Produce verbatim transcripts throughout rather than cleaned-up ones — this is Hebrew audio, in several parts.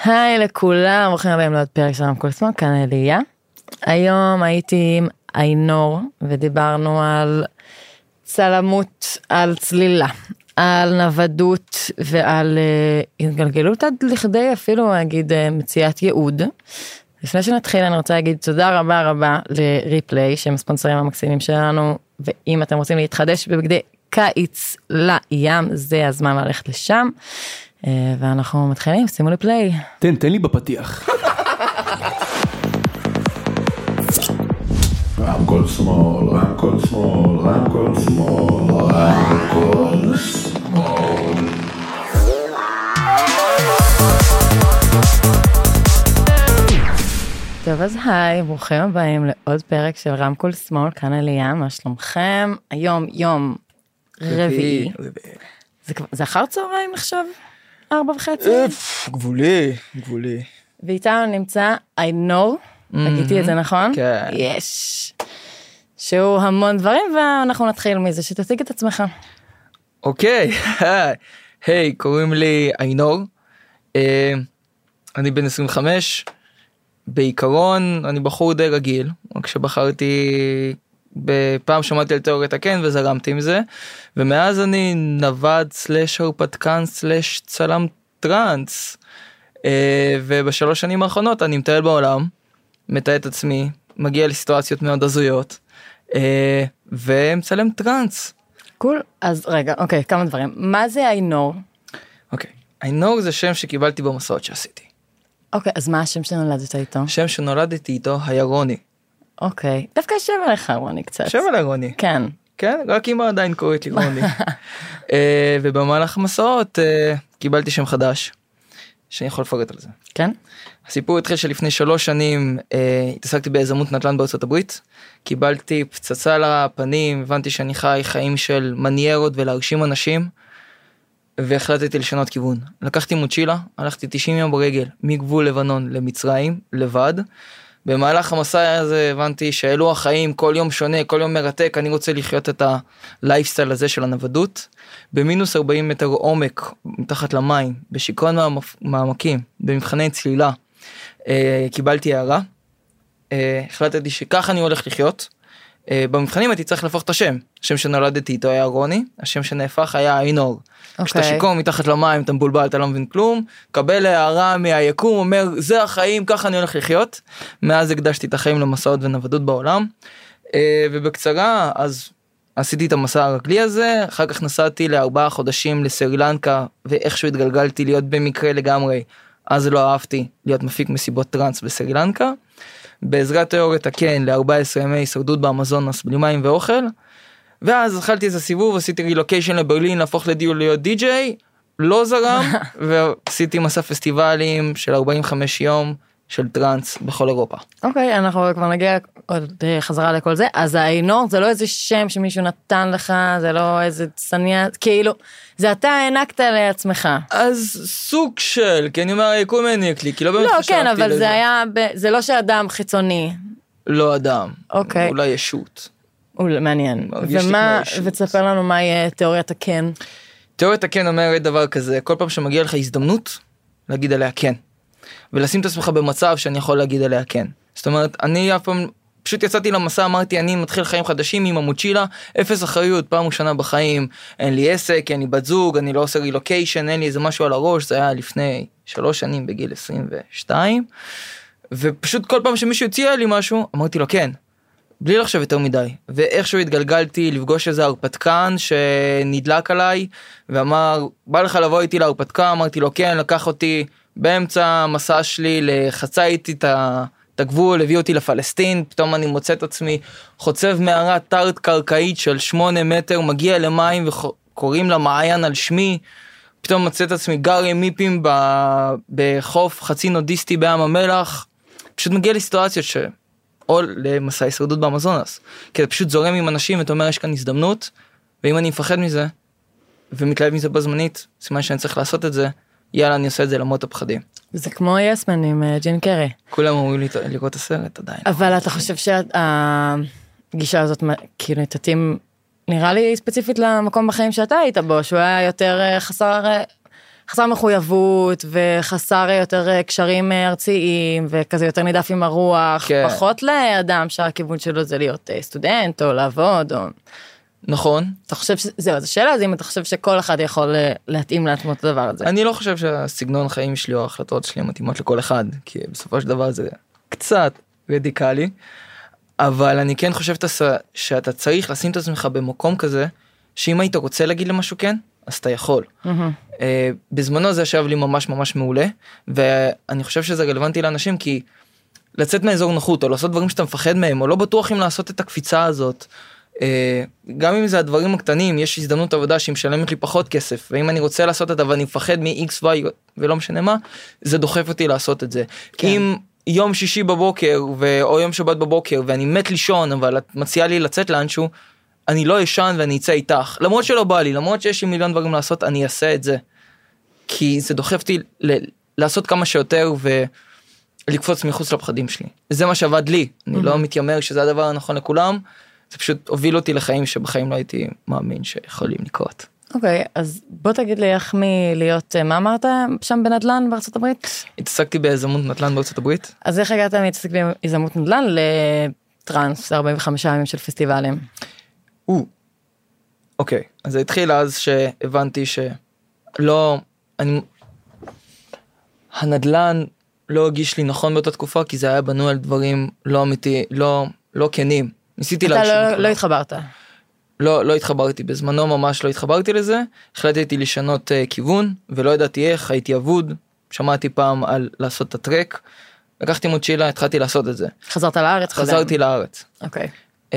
היי לכולם, ברוכים הבאים לעוד פרק של רמקול שמאל, כאן אליה. היום הייתי עם איינור ודיברנו על צלמות, על צלילה, על נוודות ועל uh, התגלגלות עד לכדי אפילו אגיד uh, מציאת ייעוד. לפני שנתחיל אני רוצה להגיד תודה רבה רבה לריפליי שהם הספונסרים המקסימים שלנו, ואם אתם רוצים להתחדש בבגדי קיץ לים זה הזמן ללכת לשם. ואנחנו מתחילים, שימו לי פליי. תן, תן לי בפתיח. רמקול שמאל, רמקול שמאל, רמקול שמאל, רמקול שמאל. טוב, אז היי, ברוכים הבאים לעוד פרק של רמקול שמאל, כאן אליה, מה שלומכם? היום יום רביעי. זה אחר צהריים נחשב? ארבע וחצי? גבולי, גבולי. ואיתנו נמצא איינור, תגידי את זה נכון? כן. יש. שהוא המון דברים, ואנחנו נתחיל מזה, שתציג את עצמך. אוקיי, היי, קוראים לי איינור, אני בן עשרים וחמש, בעיקרון אני בחור די רגיל, רק שבחרתי, בפעם שמעתי על תיאוריית הכן וזרמתי עם זה, ומאז אני נווד סלש הרפתקן סלש צלם טרנס, ובשלוש שנים האחרונות אני מטייל בעולם, מתאר את עצמי, מגיע לסיטואציות מאוד הזויות, ומצלם טרנס. קול, אז רגע, אוקיי, כמה דברים. מה זה איינור? אוקיי, איינור זה שם שקיבלתי במסעות שעשיתי. אוקיי, אז מה השם שנולדת איתו? שם שנולדתי איתו היה רוני. אוקיי, דווקא יושב עליך רוני קצת. יושב עליי רוני. כן. כן, רק אמא עדיין קוראת לי רוני. ובמהלך המסעות קיבלתי שם חדש, שאני יכול לפרט על זה. כן? הסיפור התחיל שלפני שלוש שנים התעסקתי ביזמות נדל"ן בארצות הברית, קיבלתי פצצה לפנים, הבנתי שאני חי חיים של מניירות ולהרשים אנשים, והחלטתי לשנות כיוון. לקחתי מוצ'ילה, הלכתי תשעים יום ברגל, מגבול לבנון למצרים, לבד. במהלך המסע הזה הבנתי שאלו החיים, כל יום שונה, כל יום מרתק, אני רוצה לחיות את הלייפסטייל הזה של הנוודות. במינוס ארבעים מטר עומק, מתחת למים, בשיכרון מעמקים, במבחני צלילה, אה, קיבלתי הערה. אה, החלטתי שכך אני הולך לחיות. Uh, במבחנים הייתי צריך להפוך את השם, השם שנולדתי איתו היה רוני, השם שנהפך היה איינור. Okay. כשאתה שיקום מתחת למים, אתה מבולבל, אתה לא מבין כלום, קבל הערה מהיקום, אומר, זה החיים, ככה אני הולך לחיות. מאז הקדשתי את החיים למסעות ונוודות בעולם, uh, ובקצרה, אז עשיתי את המסע הרגלי הזה, אחר כך נסעתי לארבעה חודשים לסרילנקה, ואיכשהו התגלגלתי להיות במקרה לגמרי, אז לא אהבתי להיות מפיק מסיבות טרנס בסרילנקה, בעזרת תיאוריית הכן ל-ארבעה עשר ימי הישרדות באמזונס בלי מים ואוכל, ואז התחלתי איזה סיבוב, עשיתי רילוקיישן לברלין, להפוך לדיול להיות די-ג'יי, לא זרם, ועשיתי מסע פסטיבלים של ארבעים וחמישה יום של טרנס בכל אירופה. אוקיי, אנחנו כבר נגיע עוד חזרה לכל זה, אז האיינור זה לא איזה שם שמישהו נתן לך, זה לא איזה צניה, כאילו, זה אתה הענקת לעצמך. אז סוג של, כי אני אומר, היקום העניק לי, כי לא באמת לא, חשבתי לזה. כן, אבל זה היה, זה לא שאדם חיצוני. לא אדם, אוקיי. אולי ישות. אולי, מעניין. ומה, ותספר לנו מה יהיה תיאוריית הכן. תיאוריית הכן אומרת דבר כזה, כל פעם שמגיע לך הזדמנות, להגיד עליה כן. ולשים את עצמך במצב שאני יכול להגיד עליה כן. זאת אומרת, אני אף פעם, פשוט יצאתי למסע, אמרתי, אני מתחיל חיים חדשים עם המוצ'ילה, אפס אחריות, פעם ראשונה בחיים, אין לי עסק, אין לי בת זוג, אני לא עושה רילוקיישן, אין לי איזה משהו על הראש, זה היה לפני שלוש שנים בגיל עשרים ושתיים, ופשוט כל פעם שמישהו הציע לי משהו, אמרתי לו כן, בלי לחשוב יותר מדי, ואיכשהו התגלגלתי לפגוש איזה הרפתקן שנדלק עליי, ואמר, בא לך לבוא איתי להרפתקה, אמרתי לו כן, לקח אותי באמצע המסע שלי, לחצה איתי את הגבול, הביא אותי לפלסטין, פתאום אני מוצא את עצמי, חוצב מערה טארט קרקעית של שמונה מטר, מגיע למים וקוראים לה מעיין על שמי, פתאום מוצא את עצמי גר עם מיפים בחוף חצי נודיסטי בים המלח, פשוט מגיע לסיטואציות ש... או למסע הישרדות באמזונס, כי אתה פשוט זורם עם אנשים ואתה אומר יש כאן הזדמנות, ואם אני מפחד מזה, ומתלהב מזה בזמנית, סימן שאני צריך לעשות את זה, יאללה אני עושה את זה למרות הפחדים. זה כמו יסמן עם ג'ין קרי. כולם אומרים לי לראות את הסרט עדיין. אבל אתה חושב שהגישה הזאת כאילו תתאים, נראה לי ספציפית למקום בחיים שאתה היית בו, שהוא היה יותר חסר, חסר מחויבות, וחסר יותר קשרים ארציים, וכזה יותר נידף עם הרוח, כן. פחות לאדם שהכיוון שלו זה להיות סטודנט, או לעבוד, או... נכון. אתה חושב שזהו, אז השאלה, אז אם אתה חושב שכל אחד יכול להתאים לעצמו את הדבר הזה. אני לא חושב שהסגנון חיים שלי או ההחלטות שלי מתאימות לכל אחד, כי בסופו של דבר זה קצת רדיקלי, אבל אני כן חושב שאתה צריך לשים את עצמך במקום כזה, שאם היית רוצה להגיד למשהו כן, אז אתה יכול. Mm-hmm. בזמנו זה ישב לי ממש ממש מעולה, ואני חושב שזה רלוונטי לאנשים, כי לצאת מאזור נוחות, או לעשות דברים שאתה מפחד מהם, או לא בטוח אם לעשות את הקפיצה הזאת, גם אם זה הדברים הקטנים, יש הזדמנות עבודה שהיא משלמת לי פחות כסף, ואם אני רוצה לעשות את זה ואני מפחד מ-X, Y ולא משנה מה, זה דוחף אותי לעשות את זה. כן. אם יום שישי בבוקר, או יום שבת בבוקר, ואני מת לישון, אבל את מציעה לי לצאת לאנשהו, אני לא ישן ואני אצא איתך, למרות שלא בא לי, למרות שיש לי מיליון דברים לעשות, אני אעשה את זה. כי זה דוחף אותי ל- לעשות כמה שיותר ולקפוץ מחוץ לפחדים שלי. זה מה שעבד לי, אני לא מתיימר שזה הדבר הנכון לכולם, זה פשוט הוביל אותי לחיים שבחיים לא הייתי מאמין שיכולים לקרות. אוקיי, אז בוא תגיד לי איך מלהיות, מה אמרת שם בנדל"ן בארצות הברית? התעסקתי ביזמות נדל"ן בארצות הברית. אז איך הגעת מתעסק ביזמות נדל"ן לטרנס, ארבעים וחמישה ימים של פסטיבלים? או, אוקיי, אז זה התחיל אז שהבנתי שלא, אני, הנדל"ן לא הגיש לי נכון באותה תקופה, כי זה היה בנוי על דברים לא אמיתי, לא, לא כנים. ניסיתי להגשים. אתה לא, לא התחברת? לא, לא התחברתי, בזמנו ממש לא התחברתי לזה, החלטתי לשנות uh, כיוון, ולא ידעתי איך, הייתי אבוד, שמעתי פעם על לעשות את הטרק, לקחתי מוצ'ילה, התחלתי לעשות את זה. חזרת לארץ? חזרתי לארץ. אוקיי. Uh,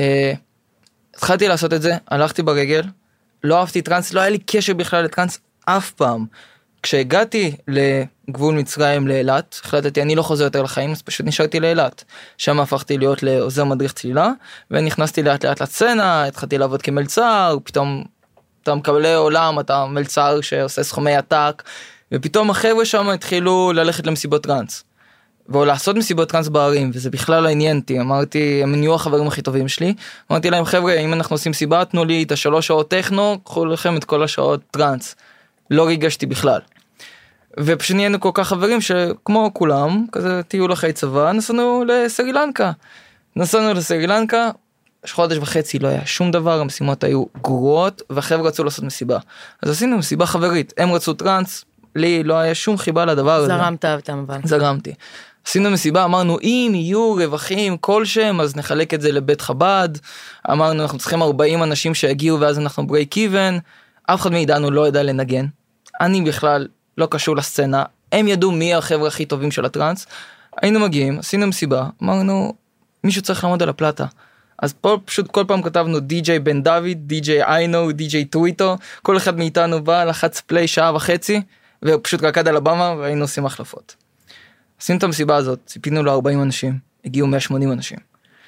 התחלתי לעשות את זה, הלכתי ברגל, לא אהבתי טרנס, לא היה לי קשר בכלל לטרנס אף פעם. כשהגעתי לגבול מצרים לאילת, החלטתי אני לא חוזר יותר לחיים, אז פשוט נשארתי לאילת. שם הפכתי להיות לעוזר מדריך צלילה, ונכנסתי לאט לאט לסצנה, התחלתי לעבוד כמלצר, פתאום אתה מקבל עולם, אתה מלצר שעושה סכומי עתק, ופתאום החבר'ה שם התחילו ללכת למסיבות טרנס. או לעשות מסיבות טרנס בערים, וזה בכלל לא עניין אותי, אמרתי, הם נהיו החברים הכי טובים שלי, אמרתי להם, חבר'ה, אם אנחנו עושים סיבה, תנו לי את השלוש שעות טכנו, קחו לכם את כל השעות טרנס. לא ריגשתי בכלל. ופשוט נהיינו כל כך חברים, שכמו כולם, כזה טיול אחרי צבא, נסענו לסרילנקה. נסענו לסרילנקה, חודש וחצי לא היה שום דבר, המשימות היו גרועות, והחבר'ה רצו לעשות מסיבה. אז עשינו מסיבה חברית, הם רצו טרנס, לי לא היה שום חיבה לדבר הזה. זרמת אותם אבל. זרמתי. עשינו מסיבה, אמרנו, אם יהיו רווחים כלשהם, אז נחלק את זה לבית חב"ד. אמרנו, אנחנו צריכים ארבעים אנשים שיגיעו, ואז אנחנו break even. אף אחד מאיתנו לא ידע לנגן. אני בכלל לא קשור לסצנה. הם ידעו מי החבר'ה הכי טובים של הטרנס. היינו מגיעים, עשינו מסיבה, אמרנו, מישהו צריך לעמוד על הפלטה. אז פה פשוט כל פעם כתבנו די-ג'יי בן דוד, די-ג'יי איינו, די-ג'יי טוויטו. כל אחד מאיתנו בא, לחץ פליי שעה וחצי, ופשוט רקד על הבמה, והיינו עושים החלפות. עשינו את המסיבה הזאת, ציפינו ל-ארבעים אנשים, הגיעו מאה ושמונים אנשים.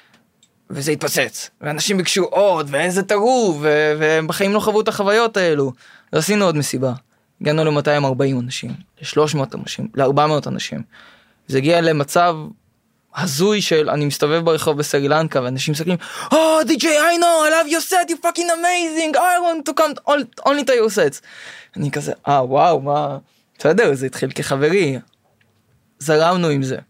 וזה התפוצץ, ואנשים ביקשו עוד, ואיזה טירוף, והם בחיים לא חוו את החוויות האלו. אז עשינו עוד מסיבה. הגענו ל-מאתיים וארבעים אנשים, ל-שלוש מאות אנשים, ל-ארבע מאות אנשים. זה הגיע למצב הזוי של, אני מסתובב ברחוב בסרילנקה, ואנשים מסתכלים, Oh, די-ג'יי, I know, I love your set, you're fucking amazing, I want to come, all, only to your sets. אני כזה, אה, וואו, מה, בסדר, זה התחיל כחברי. זרמנו עם זה.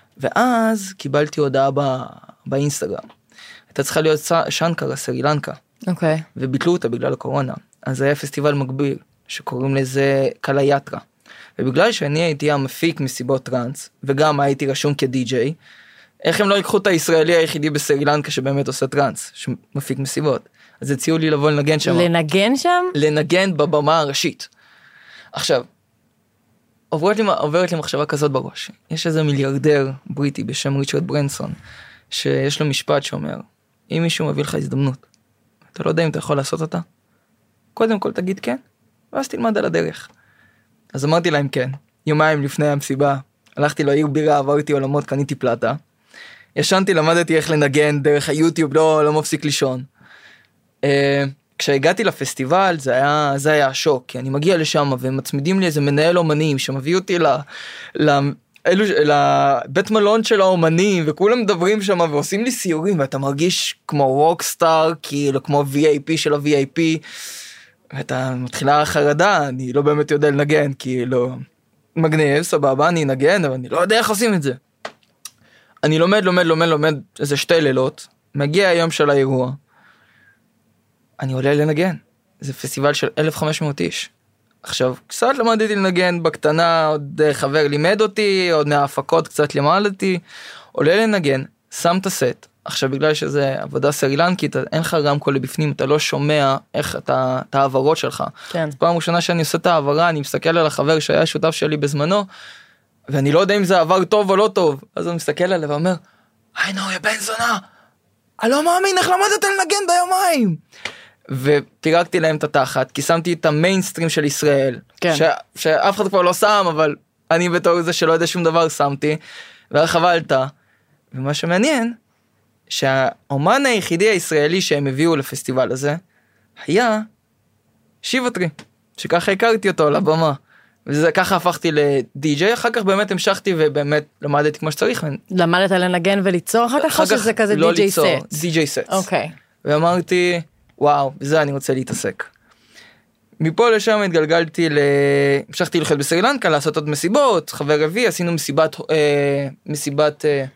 ואז קיבלתי הודעה ב, באינסטגרם. הייתה צריכה להיות שנקר, הסרילנקה. אוקיי. וביטלו אותה בגלל הקורונה. אז היה פסטיבל מקביל, שקוראים לזה קלייטרה. ובגלל שאני הייתי המפיק מסיבות טרנס, וגם הייתי רשום כדי-ג'יי, איך הם לא ייקחו את הישראלי היחידי בסרילנקה שבאמת עושה טרנס, שמפיק מסיבות. אז הציעו לי לבוא לנגן שם. לנגן שם? לנגן בבמה הראשית. עכשיו, עוברת לי, עוברת לי מחשבה כזאת בראש. יש איזה מיליארדר בריטי בשם ריצ'רד ברנסון, שיש לו משפט שאומר, אם מישהו מביא לך הזדמנות, אתה לא יודע אם אתה יכול לעשות אותה, קודם כל תגיד כן, ואז תלמד על הדרך. אז אמרתי להם כן, יומיים לפני המסיבה, הלכתי לעיר בירה, עברתי עולמות, קניתי פלטה, ישנתי, למדתי איך לנגן דרך היוטיוב, לא, לא מפסיק לישון. כשהגעתי לפסטיבל, זה היה, זה היה השוק, כי אני מגיע לשם, ומצמידים לי איזה מנהל אומנים, שמביא אותי ל, ל, אלו, לבית מלון של האומנים, וכולם מדברים שם, ועושים לי סיורים, ואתה מרגיש כמו רוקסטאר, כאילו כמו וי איי פי של ה-וי איי פי, ואתה מתחילה חרדה, אני לא באמת יודע לנגן, כי לא מגניב, סבבה, אני אנגן, אבל אני לא יודע איך עושים את זה. אני לומד, לומד, לומד, לומד איזה שתי לילות, מגיע היום של האירוע, אני עולה לנגן, זה פסטיבל של אלף וחמש מאות איש. עכשיו, קצת למדתי לנגן בקטנה, עוד חבר לימד אותי, עוד מההפקות קצת למדתי, עולה לנגן, שם את הסט, עכשיו בגלל שזה עבודה סרילנקית, אין לך רמקול לבפנים, אתה לא שומע איך אתה, את העברות שלך. כן. פעם ראשונה שאני עושה את העברה, אני מסתכל על החבר שהיה שותף שלי בזמנו, ואני לא יודע אם זה עבר טוב או לא טוב, אז הוא מסתכל עליו ואומר, היי נו, יא בן זונה, אני לא מאמין, איך למדת לנגן ביומיים? ופירקתי להם את התחת, כי שמתי את המיינסטרים של ישראל, כן. ש... שאף אחד כבר לא שם, אבל אני בתור זה שלא יודע שום דבר שמתי, וחבלת, ומה שמעניין, שהאומן היחידי הישראלי שהם הביאו לפסטיבל הזה, היה שיבטרי, שככה הכרתי אותו על הבמה, וזה ככה הפכתי לדי-ג'יי, אחר כך באמת המשכתי ובאמת למדתי כמו שצריך. למדת לנגן וליצור אחר כך, או שזה כזה לא די-ג'יי ליצור, סט? די-ג'יי סט. אוקיי. ואמרתי, וואו, בזה אני רוצה להתעסק. מפה לשם התגלגלתי, ל... המשכתי לחיות בסרילנקה, לעשות עוד מסיבות, חבר רביעי, עשינו מסיבת, אה, מסיבת, אה,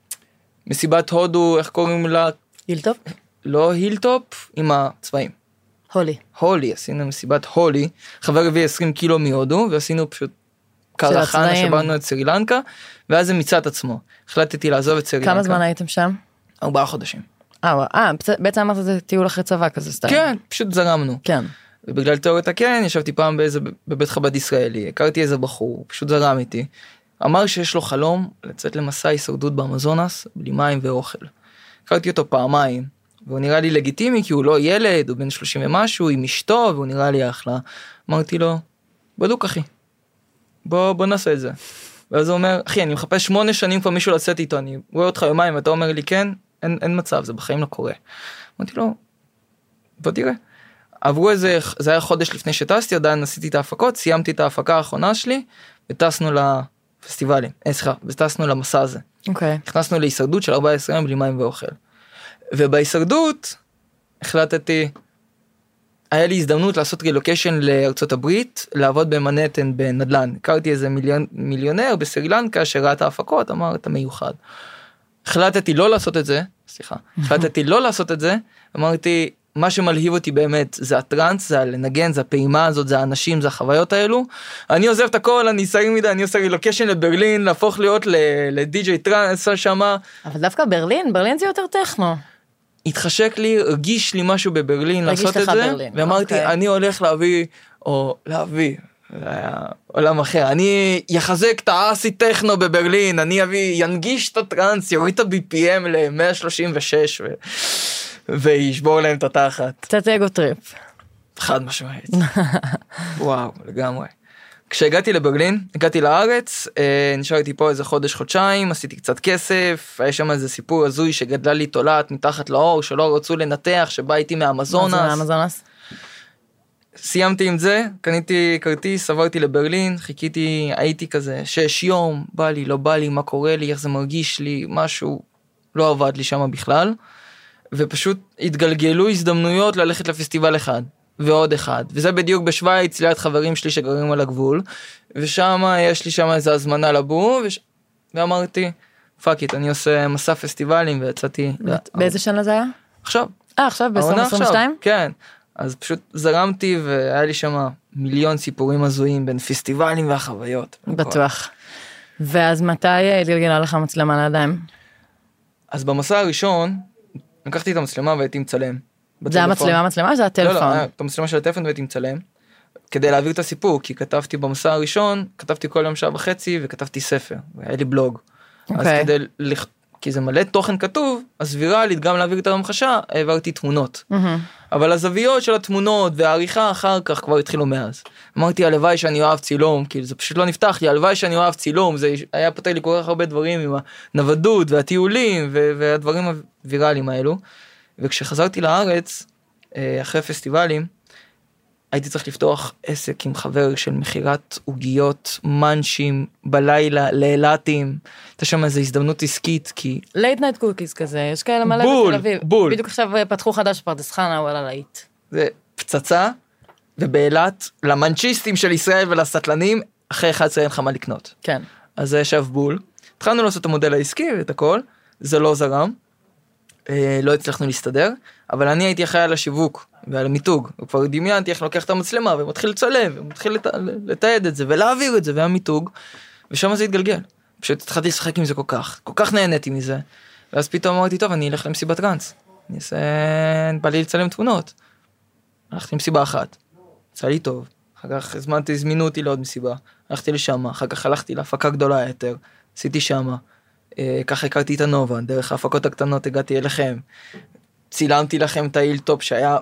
מסיבת הודו, איך קוראים לה? הילטופ? לא הילטופ, עם הצבעים. הולי. הולי, עשינו מסיבת הולי, חבר רביעי עשרים קילו מהודו, ועשינו פשוט קרחנה שבאנו את סרילנקה, ואז זה מצאת עצמו. החלטתי לעזוב את סרילנקה. כמה זמן הייתם שם? ארבעה חודשים. אה, אה, בעצם אמרת זה טיול אחרי צבא כזה סתם. כן, פשוט זרמנו. כן. ובגלל תיאוריית הקן, ישבתי פעם באיזה, בבית חב"ד ישראלי, הכרתי איזה בחור, פשוט זרם איתי, אמר שיש לו חלום לצאת למסע הישרדות באמזונס, בלי מים ואוכל. הכרתי אותו פעמיים, והוא נראה לי לגיטימי, כי הוא לא ילד, הוא בן שלושים ומשהו, עם אשתו, והוא נראה לי אחלה. אמרתי לו, בדוק אחי, בוא, בוא נעשה את זה. ואז הוא אומר, אחי, אני מחפש שמונה שנים כבר מישהו לצאת איתו, אני רואה אותך יומיים, ואתה אומר לי, כן, אין, אין מצב, זה בחיים לא קורה. אמרתי לו, בוא תראה. עברו איזה, זה היה חודש לפני שטסתי, עדיין עשיתי את ההפקות, סיימתי את ההפקה האחרונה שלי, וטסנו לפסטיבלים, אה, סליחה, וטסנו למסע הזה. אוקיי. נכנסנו להישרדות של ארבעה עשר ימים בלי מים ואוכל. ובהישרדות, החלטתי, היה לי הזדמנות לעשות רילוקיישן לארצות הברית, לעבוד במנהטן בנדל"ן. הכרתי איזה מיליון, מיליונר בסרילנקה שראה את ההפקות, אמר, אתה מיוחד. החלטתי לא לעשות את זה, סליחה, החלטתי לא לעשות את זה, אמרתי, מה שמלהיב אותי באמת, זה הטרנס, זה הלנגן, זה הפעימה הזאת, זה האנשים, זה החוויות האלו. אני עוזב את הכל, אני סעים מדי, אני עושה רילוקיישן לברלין, להפוך להיות לדי-ג'יי טרנס שמה. אבל דווקא ברלין, ברלין זה יותר טכנו. התחשק לי, הרגיש לי משהו בברלין לעשות את זה, ברלין. ואמרתי, אוקיי. אני הולך להביא, או להביא, זה היה עולם אחר, אני יחזק את האסי טכנו בברלין, אני אביא, ינגיש את הטרנס, יוריד את ה-בי פי אם ל-מאה שלושים ושש, ו... וישבור להם את התחת. קצת אגו טריפ. חד משמעית. וואו, לגמרי. כשהגעתי לברלין, הגעתי לארץ, אה, נשארתי פה איזה חודש, חודשיים, עשיתי קצת כסף, היה שם איזה סיפור הזוי שגדלה לי תולעת מתחת לאור, שלא רצו לנתח, שבא איתי מהאמזונס. מה זה מהאמזונס? סיימתי עם זה, קניתי כרטיס, עברתי לברלין, חיכיתי, הייתי כזה שש יום, בא לי, לא בא לי, מה קורה לי, איך זה מרגיש לי, משהו לא עבד לי שם בכלל, ופשוט התגלגלו הזדמנויות ללכת לפסטיבל אחד, ועוד אחד, וזה בדיוק בשוויץ, ליד חברים שלי שגרים על הגבול, ושם יש לי שם איזו הזמנה לבוא, וש... ואמרתי, פאק איט, אני עושה מסע פסטיבלים, ויצאתי... באיזה שנה זה היה? עכשיו. אה, עכשיו, ב-עשרים עשרים ושתיים? כן. אז פשוט זרמתי, והיה לי שם מיליון סיפורים הזויים, בין פסטיבלים והחוויות. בטוח. ואז מתי גלגלה לך מצלמה לידיים? אז במסע הראשון, לקחתי את המצלמה והייתי מצלם. זה המצלמה מצלמה או זה הטלפון? לא, לא, את המצלמה של הטלפון והייתי מצלם, כדי להעביר את הסיפור, כי כתבתי במסע הראשון, כתבתי כל יום שעה וחצי, וכתבתי ספר, והיה לי בלוג. אז כדי, כי זה מלא תוכן כתוב, אז ויראלית, גם להעביר את המחשה, העברתי תמונות. אבל הזוויות של התמונות והעריכה אחר כך כבר התחילו מאז. אמרתי, הלוואי שאני אוהב צילום, כי זה פשוט לא נפתח לי, הלוואי שאני אוהב צילום, זה היה פותר לי כל כך הרבה דברים עם הנוודות והטיולים והדברים הוויראליים האלו. וכשחזרתי לארץ, אחרי פסטיבלים, הייתי צריך לפתוח עסק עם חבר של מחירת עוגיות, מנשים, בלילה, לאלתים. הייתה שם איזו הזדמנות עסקית, כי... לייט נייט קוקיס כזה, יש כאלה מלא בול, בתל אביב. בול. בדיוק עכשיו פתחו חדש פרדס חנה, וואלה להיט. זה פצצה, ובאילת, למנצ'יסטים של ישראל ולסטלנים, אחרי אחד עשרה אין לך מה לקנות. כן. אז זה ישב בול. התחלנו לעשות את המודל העסקי ואת הכל, זה לא זרם, אה, לא הצלחנו להסתדר, אבל אני הייתי אחראי על השיווק ועל המיתוג, וכבר דמיינתי איך לוקח את המצלמה, ומתחיל לצלם, ומתחיל לת... לתעד את זה, ולהעביר את זה, והמיתוג, ושם זה התגלגל. פשוט התחלתי לשחק עם זה כל כך, כל כך נהניתי מזה, ואז פתאום אמרתי, טוב, אני אלך למסיבת טרנס, אני אעשה, בא לי לצלם תמונות, הלכתי למסיבה אחת, יצא לי טוב, אחר כך הזמנתי, הזמינו אותי לעוד מסיבה, הלכתי לשם, אחר כך הלכתי להפקה גדולה יותר, עשיתי שמה, ככה הכרתי את הנובה, דרך ההפקות הקטנות הגעתי אליכם, צילמתי לכם את האילטופ שהיה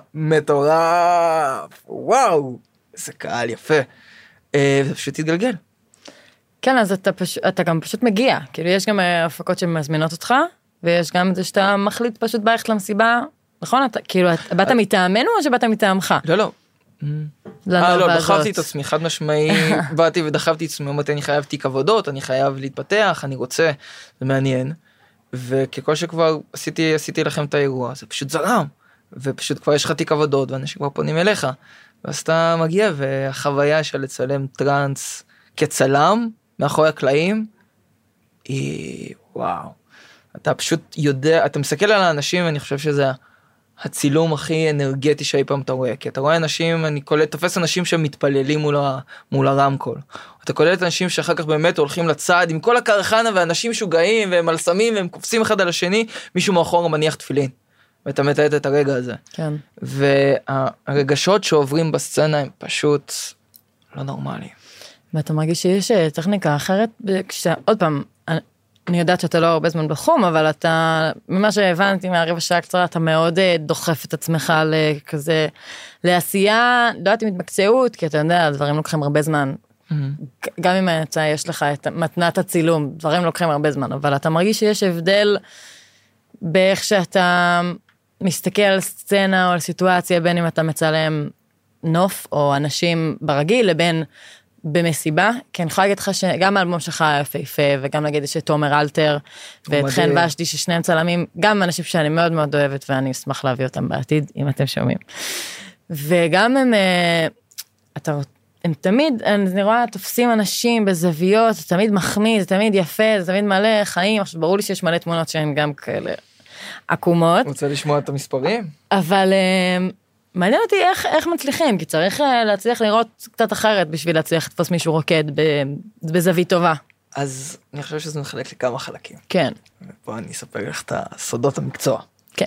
מטורף, וואו, איזה קהל יפה, וזה פשוט התגלגל. כן, אז אתה, פש... אתה גם פשוט מגיע, כאילו יש גם הפקות שמזמינות אותך, ויש גם זה שאתה מחליט פשוט בלכת למסיבה, נכון? אתה, כאילו, באת מטעמנו או שבאת מטעמך? לא, לא. אה, לא, דחפתי את עצמי, חד משמעי, באתי ודחפתי את עצמי, אמרתי, אני חייב תיק עבודות, אני חייב להתפתח, אני רוצה, זה מעניין, וככל שכבר עשיתי, עשיתי לכם את האירוע, זה פשוט זרם, ופשוט כבר יש לך תיק עבודות, ואנשים כבר פונים אליך, ואז אתה מגיע, והחוויה של לצלם טרנס כצלם, מאחורי הקלעים, היא, וואו, אתה פשוט יודע, אתה מסתכל על האנשים, ואני חושב שזה הצילום הכי אנרגטי שאי פעם אתה רואה, כי אתה רואה אנשים, אני קולט, תופס אנשים שמתפללים מול, ה, מול הרמקול, אתה קולט אנשים שאחר כך באמת הולכים לצד, עם כל הקרחנה, ואנשים שוגעים, והם מלסמים, והם קופצים אחד על השני, מישהו מאחור מניח תפילין, ואתה מתעד את הרגע הזה. כן. והרגשות שעוברים בסצנה, הם פשוט לא נורמליים. ואתה מרגיש שיש טכניקה אחרת, כשאתה, עוד פעם, אני יודעת שאתה לא הרבה זמן בחום, אבל אתה, ממה שהבנתי מהרבע שעה קצרה, אתה מאוד דוחף את עצמך לכזה, לעשייה, לא יודעת אם התמקצעות, כי אתה יודע, הדברים לוקחים הרבה זמן. גם אם יש לך את מתנת הצילום, דברים לוקחים הרבה זמן, אבל אתה מרגיש שיש הבדל באיך שאתה מסתכל על סצנה או על סיטואציה, בין אם אתה מצלם נוף או אנשים ברגיל, לבין במסיבה, כי אני יכולה להגיד לך שגם האלבום שלך יפהפה, וגם להגיד שתומר אלתר, ואת חן ושדי, ששניהם צלמים, גם אנשים שאני מאוד מאוד אוהבת, ואני אשמח להביא אותם בעתיד, אם אתם שומעים. וגם הם, אתה, הם תמיד, אני רואה, תופסים אנשים בזוויות, זה תמיד מחמיא, זה תמיד יפה, זה תמיד מלא חיים, עכשיו ברור לי שיש מלא תמונות שהן גם כאלה עקומות. רוצה לשמוע את המספרים? אבל מעניין אותי איך, איך מצליחים, כי צריך להצליח לראות קצת אחרת, בשביל להצליח לתפוס מישהו רוקד בזווית טובה. אז אני חושב שזה מחלק לכמה חלקים. כן. ופה אני אספר לך את הסודות המקצוע. כן.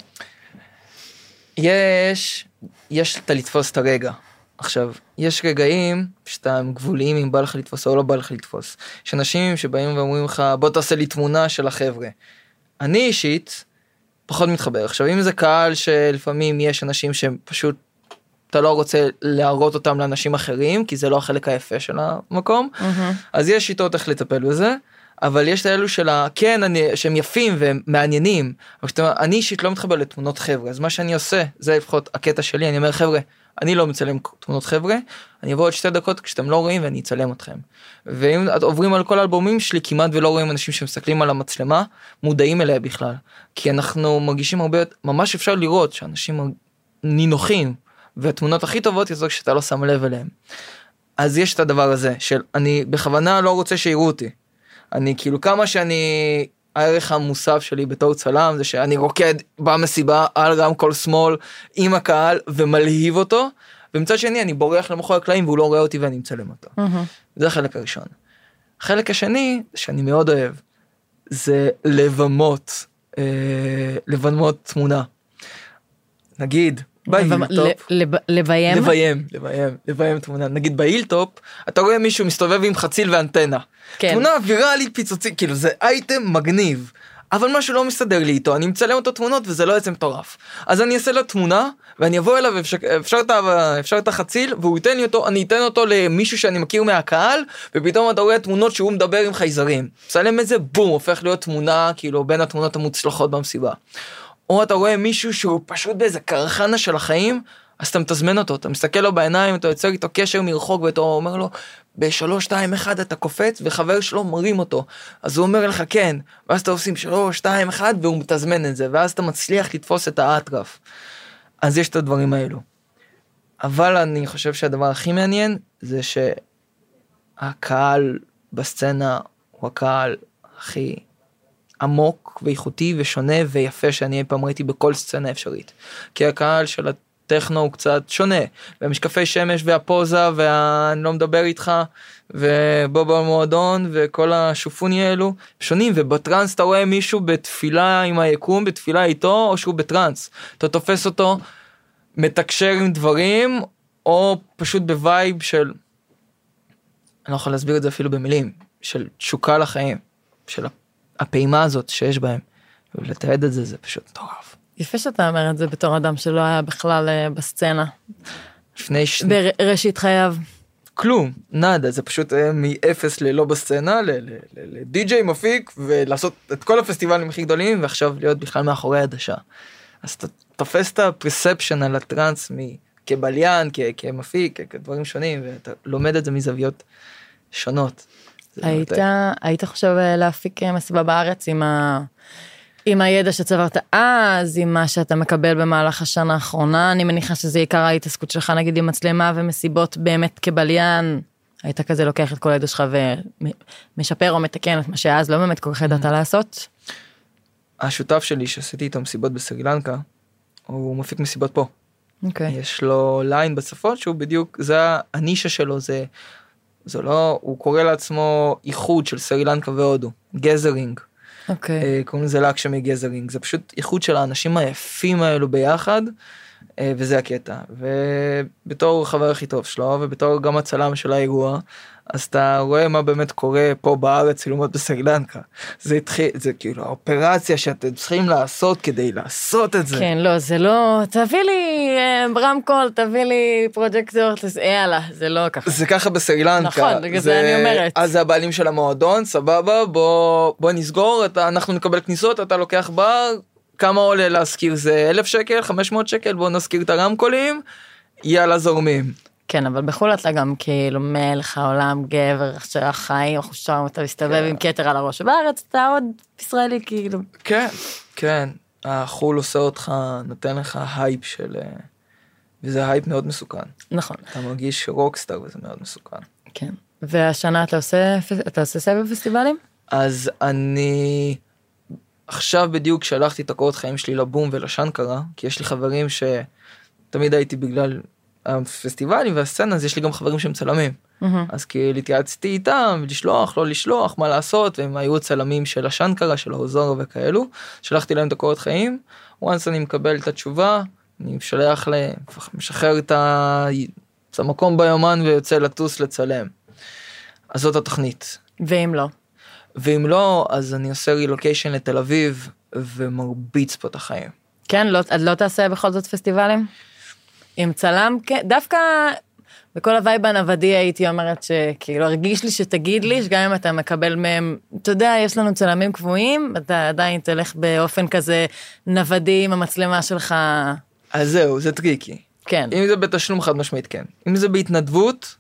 יש, יש את לתפוס את הרגע. עכשיו, יש רגעים שאתה גבוליים אם בא לך לתפוס או לא בא לך לתפוס. יש אנשים שבאים ואומרים לך, בוא תעשה לי תמונה של החבר'ה. אני אישית פחות מתחבר. עכשיו, אם זה קהל שלפעמים יש אנשים שפשוט אתה לא רוצה להראות אותם לאנשים אחרים, כי זה לא החלק היפה של המקום, mm-hmm. אז יש שיטות איך לטפל בזה, אבל יש את האלו של ה... כן, אני, שהם יפים ומעניינים, אבל שאתה, אני אישית לא מתחבר לתמונות חבר'ה, אז מה שאני עושה, זה לפחות הקטע שלי, אני אומר, חבר'ה, אני לא מצלם תמונות חבר'ה, אני אבוא עוד שתי דקות כשאתם לא רואים ואני אצלם אתכם. ואם עוברים על כל האלבומים שלי, כמעט ולא רואים אנשים שמסתכלים על המצלמה, מודעים אליה בכלל. כי אנחנו מרגישים הרבה, ממש אפשר לראות שאנשים נינוחים, והתמונות הכי טובות יצאו כשאתה לא שם לב אליהם. אז יש את הדבר הזה, של אני בכוונה לא רוצה שיראו אותי. אני כאילו כמה שאני, הערך המוסף שלי בתור צלם, זה שאני רוקד במסיבה על רמקול שמאל עם הקהל ומלהיב אותו, ומצד שני אני בורח למחור הקלעים והוא לא רואה אותי ואני מצלם אותו. Mm-hmm. זה החלק הראשון. החלק השני, שאני מאוד אוהב, זה לבמות, אה, לבמות תמונה. נגיד, באילטופ, לביים, לביים, לביים, לביים תמונה. נגיד באילטופ, אתה רואה מישהו מסתובב עם חציל ואנטנה. כן. תמונה ויראלית פיצוצית, כאילו זה אייטם מגניב, אבל משהו לא מסתדר לי איתו, אני מצלם אותו תמונות וזה לא יצא מטורף. אז אני אעשה לו תמונה, ואני אבוא אליו, אפשר, אפשר, אפשר את החציל, והוא ייתן לי אותו, אני אתן אותו למישהו שאני מכיר מהקהל, ופתאום אתה רואה תמונות שהוא מדבר עם חייזרים. מצלם את זה, בום, הופך להיות תמונה, כאילו בין התמונות המוצלחות במסיבה. או אתה רואה מישהו שהוא פשוט באיזה קרחנה של החיים, אז אתה מתזמן אותו, אתה מסתכל לו בעיניים, אתה יוצר איתו קשר מרחוק, ואתה אומר לו, בשלוש, שתיים, אחד אתה קופץ, וחבר שלו מרים אותו, אז הוא אומר לך כן, ואז אתה עושים שלוש, שתיים, אחד, והוא מתזמן את זה, ואז אתה מצליח לתפוס את האטרף. אז יש את הדברים האלו. אבל אני חושב שהדבר הכי מעניין זה שהקהל בסצנה הוא הקהל הכי עמוק ואיכותי ושונה ויפה שאני אי פעם ראיתי בכל סצנה אפשרית. כי הקהל של הטכנו הוא קצת שונה, והמשקפי שמש והפוזה ואני לא מדבר איתך ובוא במועדון וכל השופוני האלו שונים, ובטרנס אתה רואה מישהו בתפילה עם היקום, בתפילה איתו, או שהוא בטרנס. אתה תופס אותו מתקשר עם דברים, או פשוט בווייב של, אני לא יכול להסביר את זה אפילו במילים, של תשוקה לחיים, של הפעימה הזאת שיש בהם, ולתעד את זה, זה פשוט טוב. יפה שאתה אומר את זה בתור אדם שלא היה בכלל בסצנה. לפני ש... בראשית חייו. כלום, נדה, זה פשוט מ-אפס ללא בסצנה, לדי-ג'יי מפיק, ולעשות את כל הפסטיבלים הכי גדולים, ועכשיו להיות בכלל מאחורי הדשה. אז אתה תופס את הפרספשן על הטרנס כבליין, כמפיק, כדברים שונים, ואתה לומד את זה מזוויות שונות. היית, היית חושב להפיק מסיבה בארץ עם, ה, עם הידע שצברת אז, עם מה שאתה מקבל במהלך השנה האחרונה? אני מניחה שזה עיקר ההתעסקות שלך, נגיד עם מצלמה ומסיבות באמת כבליין, היית כזה לוקח את כל הידע שלך ומשפר או מתקן את מה שאז לא באמת כל כך ידעת לעשות? השותף שלי שעשיתי איתו מסיבות בסרילנקה, הוא מפיק מסיבות פה. אוקיי. יש לו ליין בצפון שהוא בדיוק, זה הנישה שלו, זה, זה לא, הוא קורא לעצמו איחוד של סרילנקה והודו, גזרינג. אוקיי. קוראים לזה לקשמי גזרינג, זה פשוט איחוד של האנשים היפים האלו ביחד, וזה הקטע. ובתור חבר הכי טוב שלו, ובתור גם הצלם של האירוע, אז אתה רואה מה באמת קורה פה בארץ, לעומת בסרילנקה. זה התחיל, זה כאילו האופרציה שאתם צריכים לעשות כדי לעשות את זה. כן, לא, זה לא, תביא לי רמקול, תביא לי פרוג'קטור, יאללה, זה לא ככה. זה ככה בסרילנקה. נכון, בגלל זה אני אומרת. אז זה הבעלים של המועדון, סבבה, בוא, בוא נסגור, אתה, אנחנו נקבל כניסות, אתה לוקח בר, כמה עולה להזכיר? זה אלף שקל, חמש מאות שקל, בוא נזכיר את הרמקולים, יאללה זורמים. כן, אבל בחול אתה גם כאילו מלך העולם, גבר של החיים, עכשיו אתה מסתובב עם כתר על הראש, בארץ אתה עוד ישראלי כאילו. כן, כן, החול עושה אותך, נותן לך הייפ של, וזה הייפ מאוד מסוכן. נכון. אתה מרגיש רוקסטאר וזה מאוד מסוכן. כן, והשנה אתה עושה, אתה עושה סבב פסטיבלים? אז אני, עכשיו בדיוק שלחתי את הקורות חיים שלי לבום ולשנקרה, כי יש לי חברים שתמיד הייתי בגלל הפסטיבלים והסצנה, אז יש לי גם חברים שהם צלמים. Mm-hmm. אז כאילו התייעצתי איתם, לשלוח, לא לשלוח, מה לעשות, והם היו צלמים של השנקרה, של האוזורה וכאלו, שלחתי להם את הקורות חיים, once אני מקבל את התשובה, אני משלח להם, משחרר את, ה... את המקום ביומן ויוצא לטוס לצלם. אז זאת התוכנית. ואם לא? ואם לא, אז אני עושה רילוקיישן לתל אביב, ומרביץ פה את החיים. כן, לא, את לא תעשה בכל זאת פסטיבלים? עם צלם, דווקא בכל הווייב הנוודי הייתי אומרת שכאילו הרגיש לי שתגיד לי, שגם אם אתה מקבל מהם, אתה יודע, יש לנו צלמים קבועים, אתה עדיין תלך באופן כזה נוודי עם המצלמה שלך. אז זהו, זה טריקי. כן. אם זה בתשלום חד משמעית כן. אם זה בהתנדבות,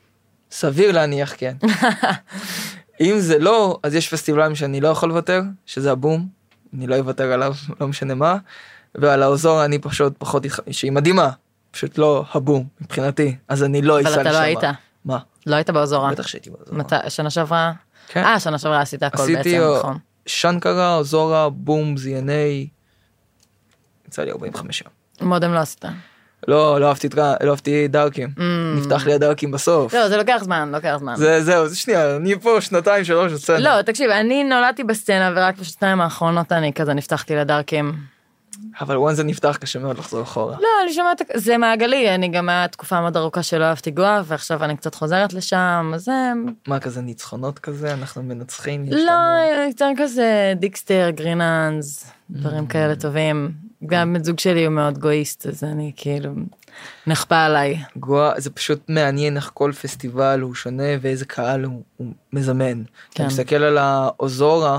סביר להניח כן. אם זה לא, אז יש פסטיבלים שאני לא יכול לוותר, שזה הבום, אני לא אוותר עליו, לא משנה מה, ועל האוזור אני פשוט פחות, שהיא מדהימה, פשוט לא הבום מבחינתי, אז אני לא אסע לשם. אבל אתה לא היית? מה? לא היית באוזורה? בטח שהייתי באוזורה. מתי, שנה שעברה? כן. אה, שנה שעברה עשית הכל בעצם, נכון. עשיתי שנקרה, אוזורה, בום, זי-אן-איי, יצא לי ארבעים וחמש יום. מודם לא עשית. לא, לא אהבתי, לא אהבתי דארקים. נפתח לי הדארקים בסוף. לא, זה לוקח זמן, לוקח זמן. זה, זהו, זה שנייה, אני פה שנתיים, שלוש, בסצנה. לא, תקשיב, אני נולדתי בסצנה, ורק בשנתיים האחרונות אני כזה נפתחתי לדארקים. אבל וואן זה נפתח קשה מאוד לחזור אחורה. לא, אני שומעת, זה מעגלי, אני גם היה תקופה מאוד ארוכה שלא אהבתי גואה, ועכשיו אני קצת חוזרת לשם, אז זה... מה כזה ניצחונות כזה, אנחנו מנצחים? לא, יותר כזה דיקסטר, גרינאנס, דברים כאלה טובים. גם בן זוג שלי הוא מאוד גואיסט, אז אני כאילו נחפה עליי. גואה, זה פשוט מעניין איך כל פסטיבל הוא שונה, ואיזה קהל הוא, הוא מזמן. אתה מסתכל על האוזורה,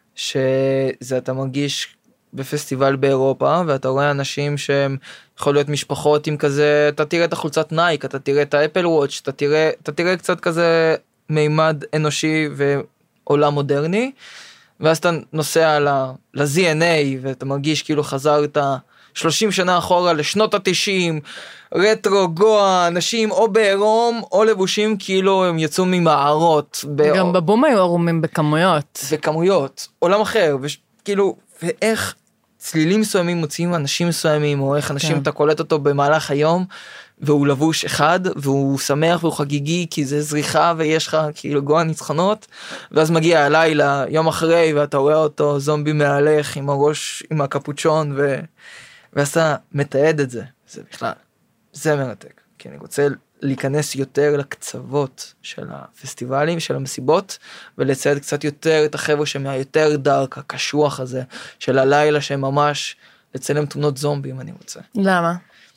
שזה אתה מרגיש בפסטיבל באירופה, ואתה רואה אנשים שהם יכול להיות משפחות עם כזה, אתה תראה את החולצת נייק, אתה תראה את האפל וואץ', אתה תראה, אתה תראה קצת כזה מימד אנושי ועולם מודרני, ואז אתה נוסע ל-זי אן איי, ואתה מרגיש כאילו חזרת שלושים שנה אחורה לשנות התשעים, רטרו, גואה, אנשים או בעירום או לבושים כאילו הם יצאו ממערות. גם בבום היו ערומים בכמויות. בכמויות, עולם אחר, וכאילו, ואיך צלילים מסוימים מוציאים אנשים מסוימים, או איך אנשים אתה קולט אותו במהלך היום, והוא לבוש אחד, והוא שמח והוא חגיגי, כי זה זריחה ויש לך כאילו גואה ניצחונות, ואז מגיע הלילה, יום אחרי, ואתה רואה אותו זומבי מהלך עם הראש, עם הקפוצ'ון, ו... ואז אתה מתעד את זה, זה בכלל, זה מרתק, כי אני רוצה להיכנס יותר לקצוות של הפסטיבלים, של המסיבות, ולצייד קצת יותר את החבר'ה שמהיותר דארק, הקשוח הזה, של הלילה שממש לצלם תמונות זומבים, אני רוצה. למה?